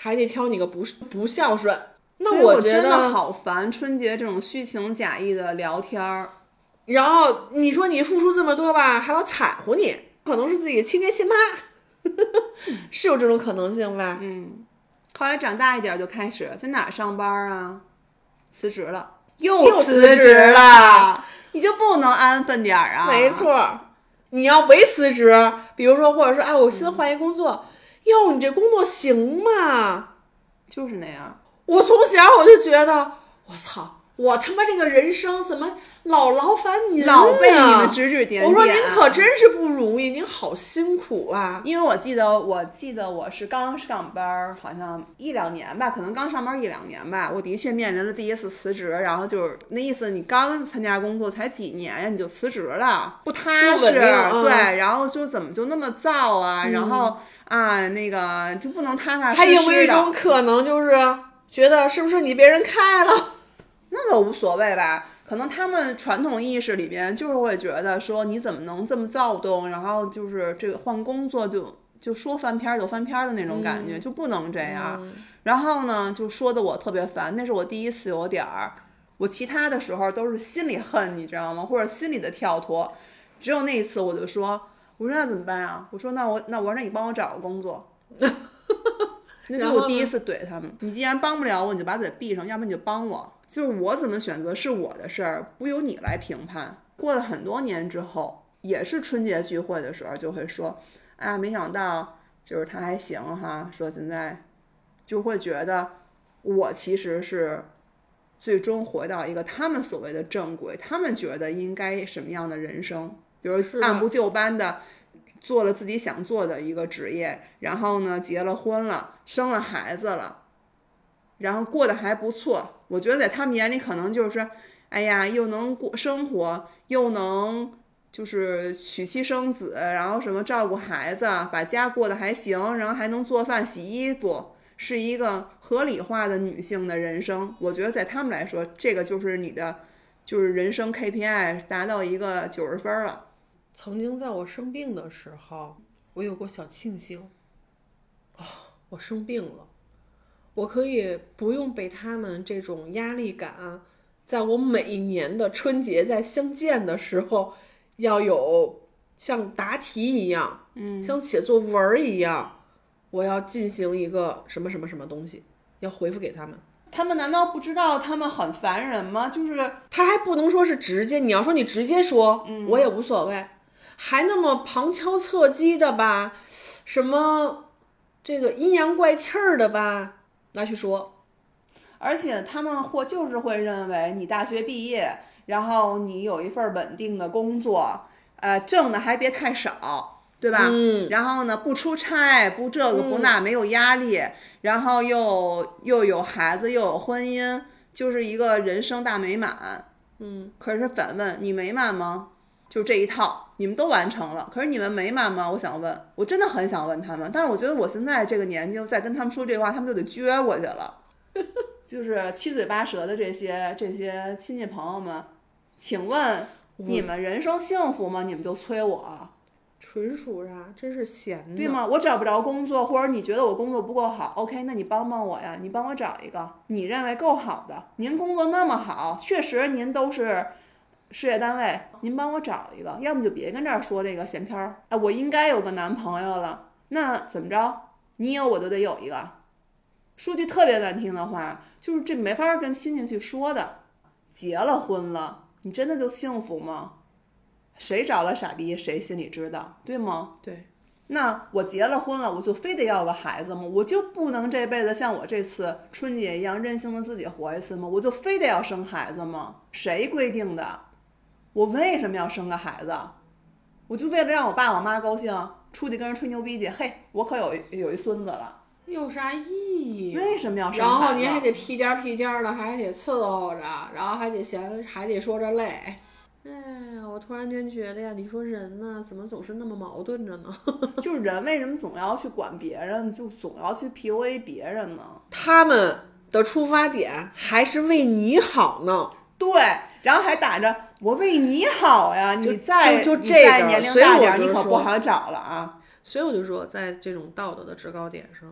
还得挑你个不孝顺。那我觉得真的好烦春节这种虚情假意的聊天儿。 然后你说你付出这么多吧，还老踩乎你，可能是自己的亲爹亲妈，是有这种可能性吧？ 后来长大一点就开始在哪儿上班啊？辞职了， 又辞职了， 你就不能安分点啊？ 没错，你要没辞职，比如说或者说哎，我新换一工作，哟，你这工作行吗？ 就是那样。 我从小我就觉得，我操，我他妈这个人生怎么老劳烦您啊， 老被你们指指点点。 我说您可真是不容易，您好辛苦啊！ 因为我记得我是刚上班，好像1-2年吧，可能刚上班1-2年吧，我的确面临了第一次辞职，然后就是那意思，你刚参加工作才几年呀，你就辞职了，不踏实，对，然后就怎么就那么燥啊，然后那个就不能踏踏实实的。 还有没有一种可能就是觉得是不是你被人开了？ 那倒无所谓吧，可能他们传统意识里边就是会觉得说你怎么能这么躁动，然后就是这个换工作就说翻篇就翻篇的那种感觉，就不能这样。然后呢，就说的我特别烦，那是我第一次有点儿，我其他的时候都是心里恨，你知道吗？或者心里的跳脱，只有那一次我就说，我说那怎么办啊？我说那你帮我找个工作。那就是我第一次怼他们，你既然帮不了我，你就把嘴闭上，要不然你就帮我。就是我怎么选择是我的事儿，不由你来评判。过了很多年之后，也是春节聚会的时候就会说，啊，没想到就是他还行哈，说现在就会觉得我其实是最终回到一个他们所谓的正轨，他们觉得应该什么样的人生，比如按部就班的做了自己想做的一个职业，然后呢结了婚了，生了孩子了，然后过得还不错。我觉得在他们眼里可能就是哎呀，又能过生活，又能就是娶妻生子，然后什么照顾孩子，把家过得还行，然后还能做饭洗衣服，是一个合理化的女性的人生。我觉得在他们来说，这个就是你的就是人生 KPI 达到一个90分了。 曾经在我生病的时候，我有过小庆幸，我生病了，我可以不用被他们这种压力感，在我每一年的春节在相见的时候，要有像答题一样，像写作文一样，我要进行一个什么什么什么东西，要回复给他们。 他们难道不知道他们很烦人吗？就是他还不能说是直接，你要说你直接说，我也无所谓，还那么旁敲侧击的吧，什么这个阴阳怪气儿的吧，拿去说。 而且他们就是会认为你大学毕业，然后你有一份稳定的工作，挣的还别太少，对吧？然后呢，不出差，不这个不那，没有压力，然后又有孩子，又有婚姻，就是一个人生大美满。可是反问你美满吗？就这一套你们都完成了，可是你们美满吗？我想问，我真的很想问他们，但是我觉得我现在这个年纪再跟他们说这话，他们就得撅过去了。就是七嘴八舌的这些亲戚朋友们，请问你们人生幸福吗？你们就催我， 纯属真是闲的， 对吗？我找不着工作，或者你觉得我工作不够好 ，OK， 那你帮帮我呀，你帮我找一个你认为够好的。您工作那么好，确实您都是事业单位，您帮我找一个，要么就别跟这儿说这个闲篇儿。我应该有个男朋友了，那怎么着？你有我就得有一个。说句特别难听的话，就是这没法跟亲戚去说的。结了婚了，你真的就幸福吗？谁找了傻逼谁心里知道，对吗？ 对。 那我结了婚了，我就非得要个孩子吗？我就不能这辈子像我这次春节一样任性的自己活一次吗？我就非得要生孩子吗？谁规定的？我为什么要生个孩子？我就为了让我爸我妈高兴，出去跟人吹牛逼去，嘿，我可有一孙子了。 有啥意义？ 为什么要生孩子？ 然后你还得屁颠屁颠的，还得伺候着，然后还得说着累。哎呀，我突然间觉得呀，你说人呢，怎么总是那么矛盾着呢？ 就是人为什么总要去管别人，就总要去 PUA 别人呢？ 他们的出发点还是为你好呢。 对，然后还打着我为你好呀，你再年龄大点，你可不好找了啊。 所以我就说，在这种道德的制高点上，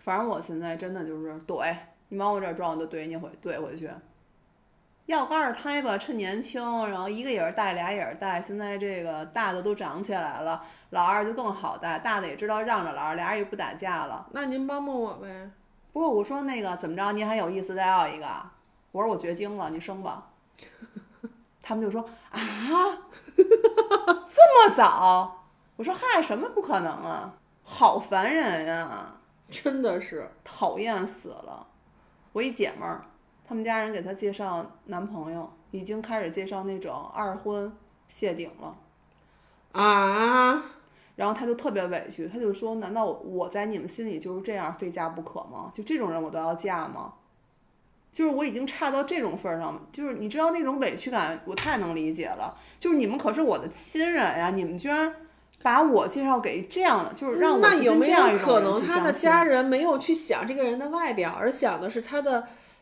反正我现在真的就是怼，你往我这儿撞，我就怼回去。要个2胎吧，趁年轻，然后一个也是带，俩也是带。现在这个大的都长起来了，老二就更好带，大的也知道让着老二，俩人也不打架了。 那您帮帮我呗。 不是我说那个怎么着，您还有意思再要一个？我说我绝经了，你生吧。他们就说啊，这么早？我说嗨，什么不可能啊？好烦人呀， 真的是讨厌死了。我一姐们儿。他们家人给她介绍男朋友，已经开始介绍那种2婚谢顶了啊！ 然后她就特别委屈，她就说：“难道我在你们心里就是这样非嫁不可吗？就这种人我都要嫁吗？就是我已经差到这种份儿上，就是你知道那种委屈感，我太能理解了。就是你们可是我的亲人呀，你们居然把我介绍给这样的，就是让我那有没有可能他的家人没有去想这个人的外表，而想的是他的？”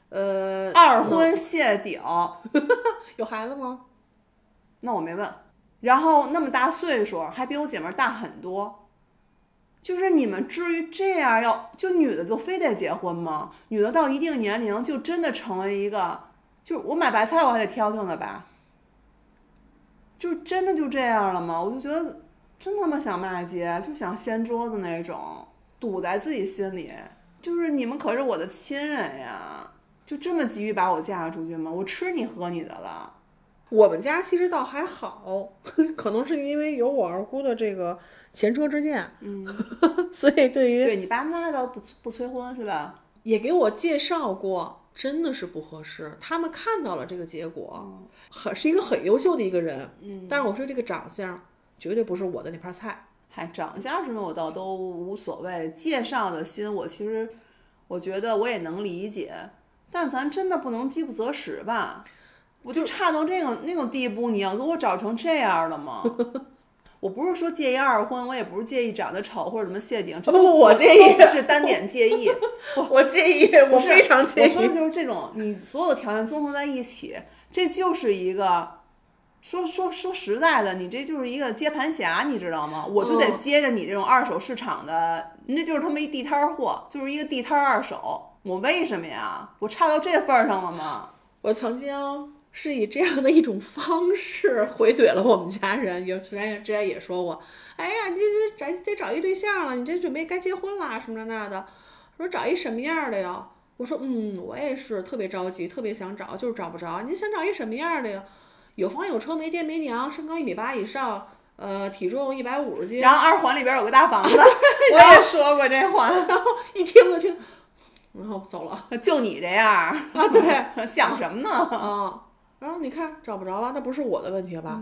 2婚谢顶， 有孩子吗？ 那我没问。然后那么大岁数，还比我姐妹大很多。就是你们至于这样就女的就非得结婚吗？女的到一定年龄就真的成为一个，就我买白菜我还得挑挑呢吧？就真的就这样了吗？我就觉得真他妈想骂街，就想掀桌子那种，堵在自己心里。就是你们可是我的亲人呀。就这么急于把我嫁出去吗？我吃你喝你的了。 我们家其实倒还好，可能是因为有我二姑的这个前车之鉴，所以对你爸妈都不催婚是吧？ 也给我介绍过，真的是不合适。他们看到了这个结果，是一个很优秀的一个人，但是我说这个长相绝对不是我的那盘菜。 嗨，长相什么我倒都无所谓，介绍的心我觉得我也能理解。但是咱真的不能饥不择食吧？我就差到那种地步，你要给我找成这样了吗？我不是说介意2婚，我也不是介意长得丑或者什么谢顶， 我介意是单点介意。 我介意，我非常介意。 我说的就是这种，你所有的条件综合在一起，这就是一个说实在的，你这就是一个接盘侠，你知道吗？我就得接着你这种二手市场的，你这就是他妈一地摊货，就是一个地摊二手。我为什么呀？我差到这份上了吗？ 我曾经是以这样的一种方式回怼了我们家人，之前也说过，哎呀，你这得找一对象了，你这准备该结婚啦，什么那的，说找一什么样的呀？我说我也是特别着急，特别想找，就是找不着。你想找一什么样的呀？有房有车没爹没娘，身高1.8米以上，体重150斤。 然后2环里边有个大房子，我也说过这话， 然后一听我就听。然后走了， 就你这样啊？对， 想什么呢？ 然后你看找不着吧，那不是我的问题吧？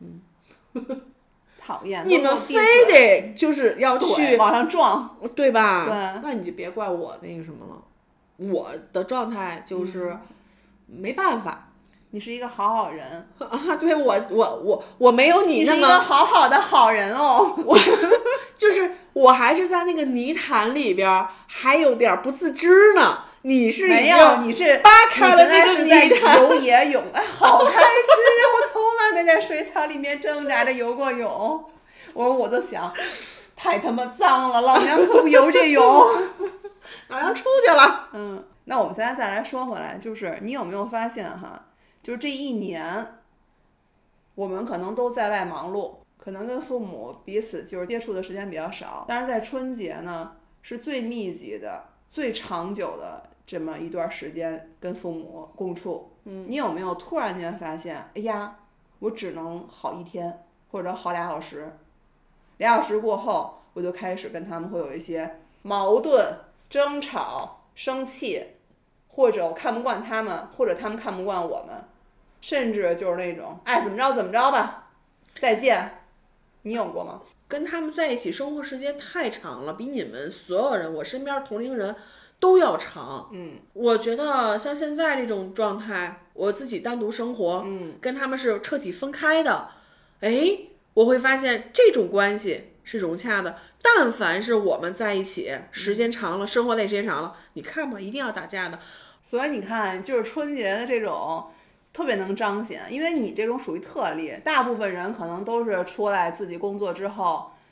讨厌！ 你们非得就是要去往上撞， 对吧？ 对， 那你就别怪我那个什么了。我的状态就是没办法。 你是一个好人啊！对，我没有你那么。 你是一个好的好人哦。 就是我还是在那个泥潭里边，还有点不自知呢。你是没有，你是扒开了那个泥潭游野泳，哎，好开心呀！我从来没在水草里面挣扎着游过泳。我都想，太他妈脏了，老娘可不游这泳， 老娘出去了。 那我们现在再来说回来，就是你有没有发现哈？就是这1年，我们可能都在外忙碌。可能跟父母彼此就是接触的时间比较少，但是在春节呢是最密集的、最长久的这么一段时间跟父母共处。你有没有突然间发现，哎呀，我只能好1天或者好2小时，2小时过后我就开始跟他们会有一些矛盾、争吵、生气，或者我看不惯他们，或者他们看不惯我们，甚至就是那种爱怎么着怎么着吧，再见。你有过吗？ 跟他们在一起生活时间太长了，比你们所有人，我身边同龄人都要长。我觉得像现在这种状态，我自己单独生活，跟他们是彻底分开的。我会发现这种关系是融洽的。但凡是我们在一起时间长了，生活在时间长了，你看吧，一定要打架的。 所以你看，就是春节的这种。特别能彰显，因为你这种属于特例，大部分人可能都是出来自己工作之后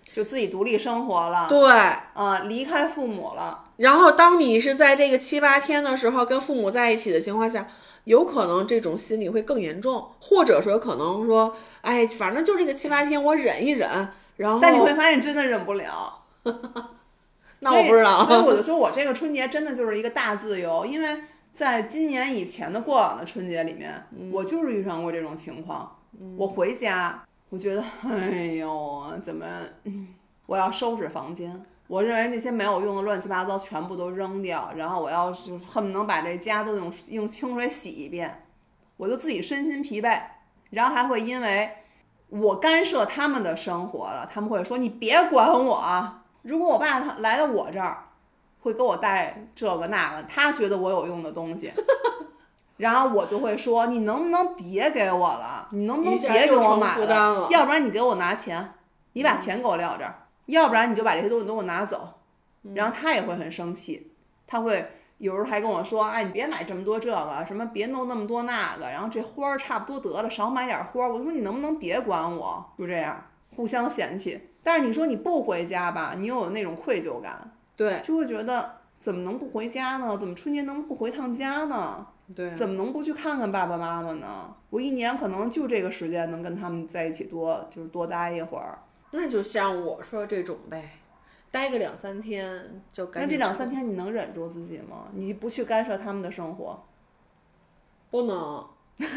就自己独立生活了， 对， 离开父母了。 然后当你是在这个7、8天的时候跟父母在一起的情况下，有可能这种心理会更严重，或者说可能说，哎，反正就这个7、8天我忍一忍，然后但你会发现真的忍不了。 那我不知道， 所以我就说我这个春节真的就是一个大自由，因为在今年以前的过往的春节里面，我就是遇上过这种情况。我回家，我觉得，哎呦，怎么，我要收拾房间。我认为那些没有用的乱七八糟全部都扔掉，然后我要是恨不能把这家都用清水洗一遍，我就自己身心疲惫，然后还会因为我干涉他们的生活了，他们会说你别管我。如果我爸他来到我这儿，会给我带这个那个，他觉得我有用的东西，然后我就会说你能不能别给我了，你能不能别给我买了，要不然你给我拿钱，你把钱给我撂这儿。要不然你就把这些东西都给我拿走，然后他也会很生气，他会有时候还跟我说，哎，你别买这么多这个，什么别弄那么多那个，然后这花儿差不多得了，少买点花儿。我说你能不能别管我，就这样互相嫌弃。但是你说你不回家吧，你又有那种愧疚感， 对， 就会觉得怎么能不回家呢？怎么春节能不回趟家呢？ 对， 怎么能不去看看爸爸妈妈呢？我一年可能就这个时间能跟他们在一起多待一会儿。 那就像我说这种呗，待个2、3天就赶紧。 那这2、3天你能忍住自己吗？你不去干涉他们的生活？ 不能。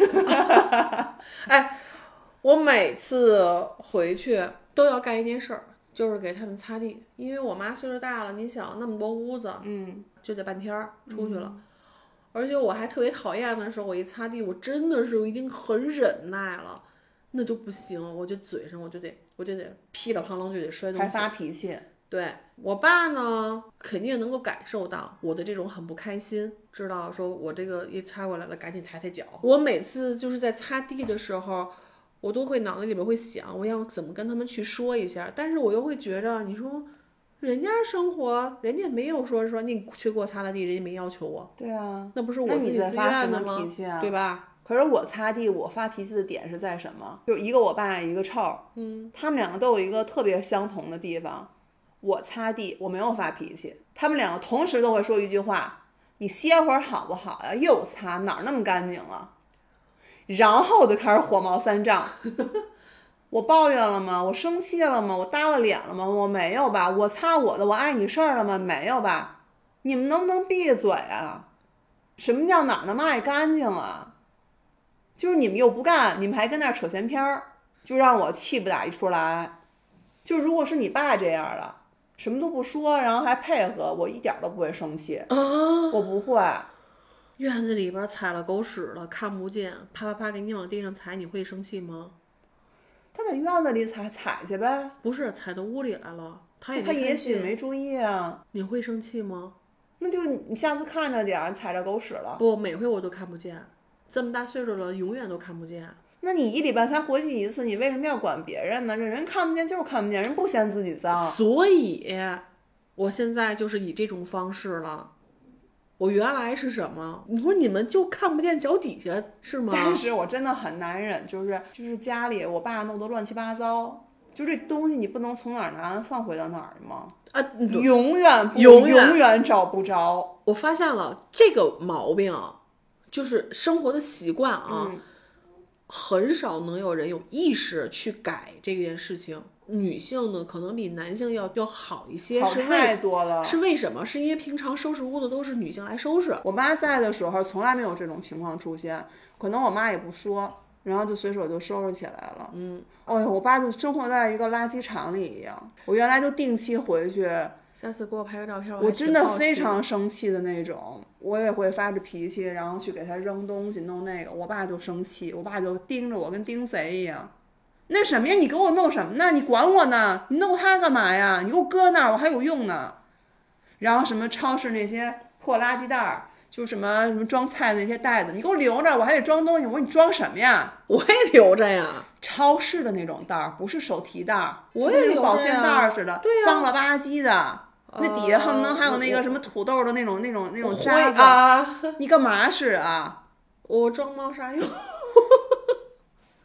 哎，我每次回去都要干一件事儿，就是给他们擦地，因为我妈岁数大了，你想那么多屋子，就得半天出去了。而且我还特别讨厌的时候，我一擦地，我真的是已经很忍耐了。那就不行，我就嘴上我就得噼里啪啦就得摔东西， 还发脾气。 对，我爸呢，肯定能够感受到我的这种很不开心，知道说我这个一擦过来了，赶紧抬抬脚。我每次就是在擦地的时候，我都会脑子里边会想，我要怎么跟他们去说一下，但是我又会觉着，你说人家生活，人家没有说你去给我擦擦地，人家没要求我。 对啊， 那不是我自己自愿的吗？对吧？ 可是我擦地，我发脾气的点是在什么？就一个我爸，一个臭，他们两个都有一个特别相同的地方。我擦地，我没有发脾气，他们两个同时都会说一句话：“你歇会儿好不好呀？又擦，哪儿那么干净了？”然后我就开始火冒三丈。我抱怨了吗？我生气了吗？我耷了脸了吗？我没有吧？我擦我的，我碍你事儿了吗？没有吧？你们能不能闭嘴啊？什么叫哪儿那么爱干净啊？就是你们又不干，你们还跟那儿扯闲篇儿，就让我气不打一处来。就如果是你爸这样的，什么都不说，然后还配合，我一点都不会生气。我不会。 院子里边踩了狗屎了，看不见，啪啪啪给你往地上踩，你会生气吗？ 他在院子里踩去呗。 不是，踩到屋里来了，他也许没注意啊。 你会生气吗？ 那就你下次看着点，踩着狗屎了。 不，每回我都看不见。这么大岁数了，永远都看不见。 那你1礼拜才回去一次，你为什么要管别人呢？人看不见就是看不见，人不嫌自己脏。 所以，我现在就是以这种方式了。我原来是什么？你说你们就看不见脚底下是吗？ 但是我真的很难忍，就是家里我爸弄得乱七八糟，就这东西你不能从哪儿拿放回到哪儿吗？永远找不着。 我发现了这个毛病。就是生活的习惯啊，很少能有人有意识去改这件事情。女性呢，可能比男性要好一些， 好太多了。 是为什么？是因为平常收拾屋子都是女性来收拾。 我妈在的时候，从来没有这种情况出现，可能我妈也不说，然后就随手就收拾起来了。我爸就生活在一个垃圾场里一样。我原来就定期回去。 下次给我拍个照片， 我真的非常生气的那种，我也会发着脾气，然后去给他扔东西弄那个，我爸就生气，我爸就盯着我跟盯贼一样。那什么呀？你给我弄什么呢？你管我呢？你弄它干嘛呀？你给我搁那儿，我还有用呢。然后什么超市那些破垃圾袋，就什么装菜的那些袋子，你给我留着，我还得装东西。我说你装什么呀？ 我也留着呀。 超市的那种袋不是手提袋， 我也留着呀， 就那种保鲜袋似的， 对呀， 脏了吧唧的。那底下恨不能还有那个什么土豆的那种渣子啊！ 你干嘛使啊？ 我装猫砂用。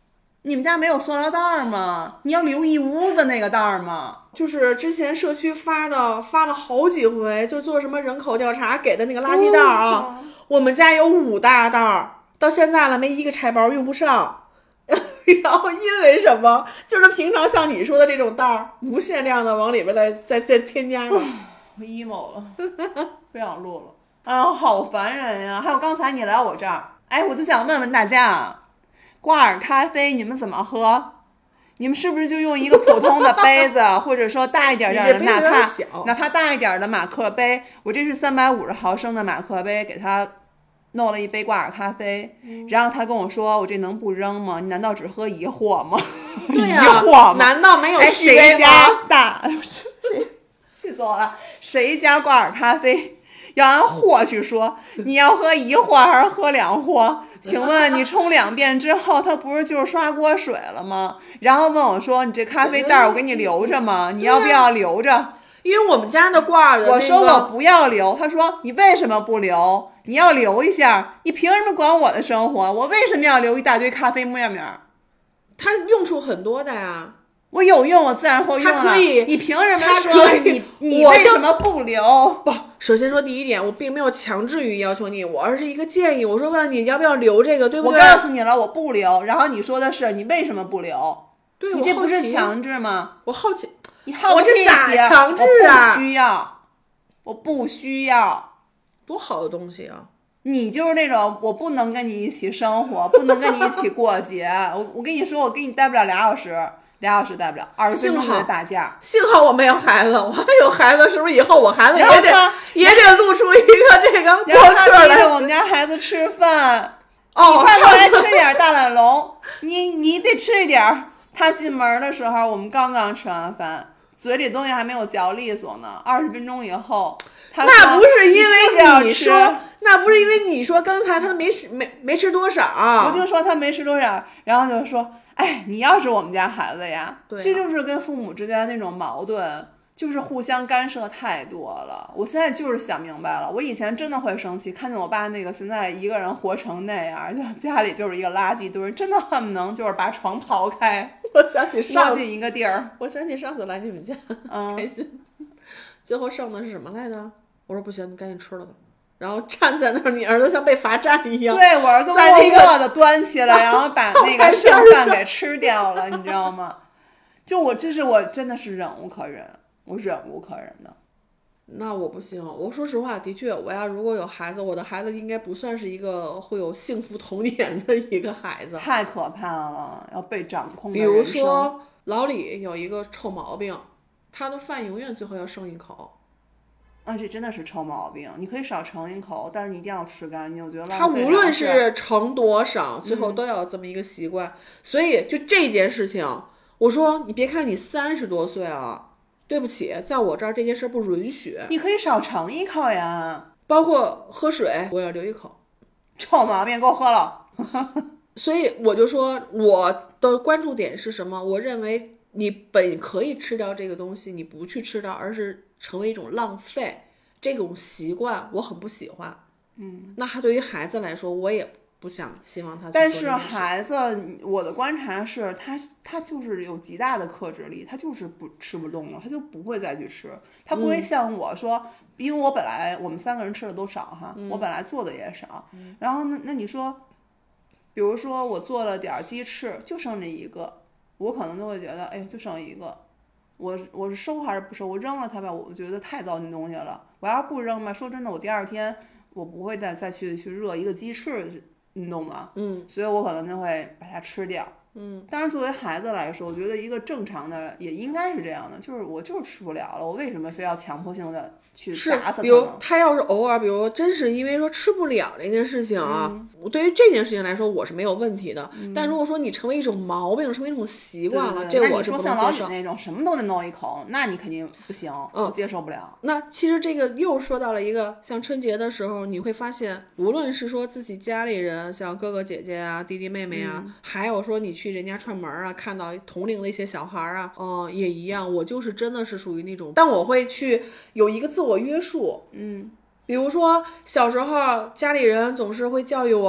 你们家没有塑料袋吗？你要留一屋子那个袋吗？ 就是之前社区发了好几回，就做什么人口调查给的那个垃圾袋啊，我们家有5大袋，到现在了没一个拆包，用不上。然后因为什么？就是平常像你说的这种袋无限量的往里边再添加了。 我 emo 了，不想录了啊，好烦人呀！还有刚才你来我这儿，哎，我就想问问大家，挂耳咖啡你们怎么喝？你们是不是就用一个普通的杯子，或者说大一点的，哪怕大一点的马克杯？我这是350毫升的马克杯，给他弄了一杯挂耳咖啡，然后他跟我说：“我这能不扔吗？你难道只喝一货吗？ 对呀、 一货吗？ 难道没有续杯吗？”谁家大？ 气死我了！谁家挂耳咖啡要按货去说？你要喝一货还是喝2货？请问你冲2遍之后，它不是就是刷锅水了吗？然后问我说：“你这咖啡袋我给你留着吗？你要不要留着？” 因为我们家的挂耳的、 我说我不要留，他说你为什么不留？你要留一下，你凭什么管我的生活？我为什么要留一大堆咖啡沫沫？ 它用处很多的呀。 我有用，我自然会用它可以， 你凭什么说你为什么不留？ 不，首先说第一点，我并没有强制于要求你，我而是一个建议。我说问你要不要留这个，对不对？ 我告诉你了，我不留。然后你说的是你为什么不留？ 对， 你这不是强制吗？ 我好奇， 你好我这咋强制啊？我不需要，我不需要。 多好的东西啊！ 你就是那种我不能跟你一起生活，不能跟你一起过节。我跟你说，我跟你待不了2小时。2小时待不了，20分钟就得打架。 幸好我没有孩子，我还有孩子，是不是以后我孩子也得露出一个这个？ 然后他逼着我们家孩子吃饭，你快过来吃点大懒龙，你得吃一点。他进门的时候，我们刚刚吃完饭，嘴里东西还没有嚼利索呢。20分钟以后， 那不是因为你说，那不是因为你说刚才他没吃多少， 我就说他没吃多少，然后就说。哎，你要是我们家孩子呀， 对啊， 这就是跟父母之间那种矛盾，就是互相干涉太多了。我现在就是想明白了，我以前真的会生气，看见我爸那个现在一个人活成那样，家里就是一个垃圾堆，真的恨不能就是把床刨开， 我想起窝进一个地儿。 我想起上次来你们家，开心，最后剩的是什么来着？我说不行，你赶紧吃了吧。然后站在那儿，你儿子像被罚站一样。 对，我儿子默默的端起来，然后把那个剩饭给吃掉了，你知道吗？就我真的是忍无可忍，我忍无可忍的。 那我不行，我说实话，的确，我要如果有孩子，我的孩子应该不算是一个会有幸福童年的一个孩子。 太可怕了，要被掌控的人生。比如说老李有一个臭毛病，他的饭永远最后要剩一口。 这真的是臭毛病。你可以少盛一口，但是你一定要吃干净。我觉得他无论是盛多少，最后都要有这么一个习惯。所以就这件事情，我说你别看你30多岁啊，对不起，在我这儿这件事不允许。 你可以少盛一口呀， 包括喝水，我要留一口。 臭毛病，给我喝了。 所以我就说，我的关注点是什么？我认为你本可以吃掉这个东西，你不去吃掉，而是成为一种浪费，这种习惯我很不喜欢。那他对于孩子来说，我也不希望他去做。 但是孩子，我的观察是他就是有极大的克制力，他就是吃不动了，他就不会再去吃，他不会像我说，因为我本来我们3个人吃的都少哈，我本来做的也少，然后那你说，比如说我做了点鸡翅，就剩这一个，我可能就会觉得，哎，就剩一个。我是收还是不收？我扔了它吧，我觉得太糟践东西了。我要是不扔吧，说真的，我第2天我不会再去热一个鸡翅，你懂吗？所以我可能就会把它吃掉。当然作为孩子来说，我觉得一个正常的也应该是这样的，就是我就是吃不了了，我为什么非要强迫性的去打死他呢？ 比如他要是偶尔，比如真是因为说吃不了这件事情啊，对于这件事情来说我是没有问题的。但如果说你成为一种毛病，成为一种习惯了，这我是不能接受。 那你说像老李那种什么都得弄一口，那你肯定不行，我接受不了。 那其实这个又说到了一个，像春节的时候，你会发现，无论是说自己家里人，像哥哥姐姐啊、弟弟妹妹啊，还有说你去人家串门啊，看到同龄的一些小孩啊，也一样。我就是真的是属于那种，但我会去有一个自我约束。比如说小时候家里人总是会教育我，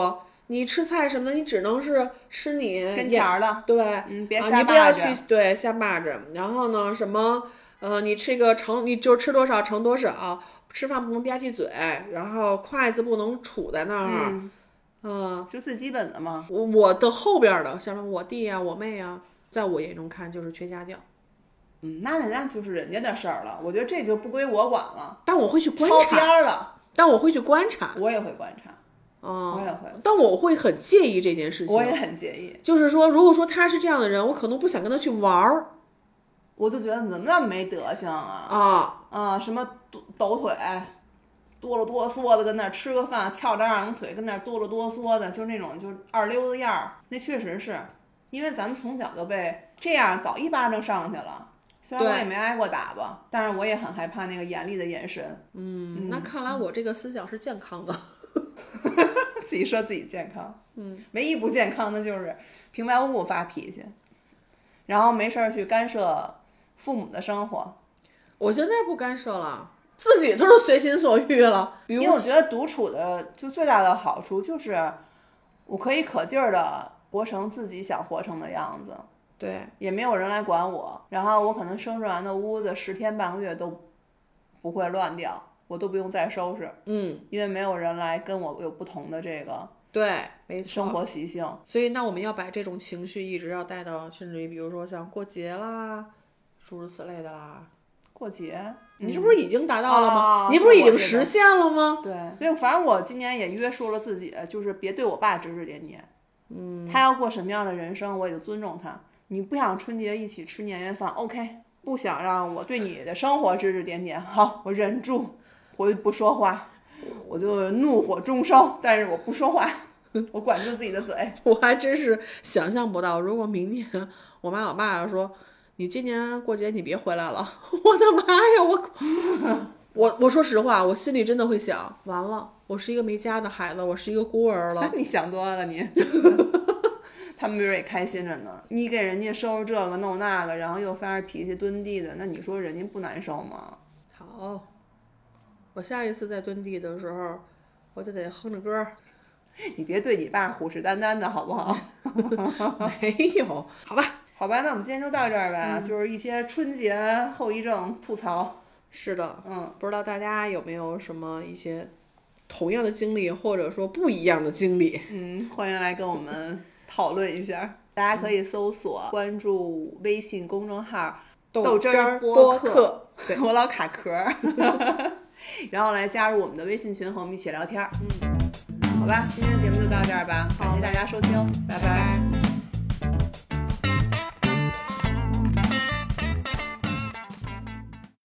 你吃菜什么的，你只能是吃你跟前儿的， 对， 别你不要瞎霸着去对瞎霸着。然后呢，什么你吃个你就吃多少盛多少，吃饭不能吧唧嘴，然后筷子不能杵在那儿， 就最基本的嘛。 我的后边的，像什么我弟啊、我妹啊，在我眼中看就是缺家教。 那就是人家的事儿了，我觉得这就不归我管了。 但我会去观超察， 边了。 但我会去观察， 我也会观察。我也会， 但我会很介意这件事情。 我也很介意。 就是说，如果说他是这样的人，我可能不想跟他去玩儿。 我就觉得你怎么那么没德行啊！什么抖腿，哆了哆嗦的跟那儿吃个饭，翘着二郎腿跟那儿哆了哆嗦的，就是那种就二溜子样儿。那确实是因为咱们从小就被这样，早一巴掌上去了。虽然我也没挨过打吧，但是我也很害怕那个严厉的眼神。 那看来我这个思想是健康的。 自己说自己健康，唯一不健康的就是平白无故发脾气，然后没事儿去干涉父母的生活。 我现在不干涉了，自己都是随心所欲了。 因为我觉得独处的就最大的好处就是我可以可劲儿的活成自己想活成的样子。 对， 也没有人来管我，然后我可能收拾完的屋子10天半个月都不会乱掉，我都不用再收拾。因为没有人来跟我有不同的这个对，没错， 生活习性。 所以那我们要把这种情绪一直要带到，甚至于比如说像过节啦，诸如此类的啦。 过节， 你这不是已经达到了吗？你不是已经实现了吗？ 对，反正我今年也约束了自己，就是别对我爸指指点点。他要过什么样的人生，我也就尊重他。你不想春节一起吃年夜饭 ，OK， 不想让我对你的生活指指点点，好，我忍住，回不说话，我就怒火中烧，但是我不说话，我管住自己的嘴。 我还真是想象不到，如果明年我妈我爸说你今年过节你别回来了，我的妈呀，我说实话，我心里真的会想，完了，我是一个没家的孩子，我是一个孤儿了。 你想多了你。他们没准也开心着呢，你给人家收拾这个弄那个，然后又发着脾气蹲地的，那你说人家不难受吗？ 好，我下一次在蹲地的时候，我就得哼着歌。 你别对你爸虎视眈眈的好不好？ 没有，好吧， 好吧，那我们今天就到这儿吧，就是一些春节后遗症吐槽。 是的，不知道大家有没有什么一些同样的经历，或者说不一样的经历？ 欢迎来跟我们讨论一下。大家可以搜索关注微信公众号豆汁儿播客，我老卡壳然后来加入我们的微信群和我们一起聊天。好吧，今天节目就到这儿吧，感谢大家收听，拜拜。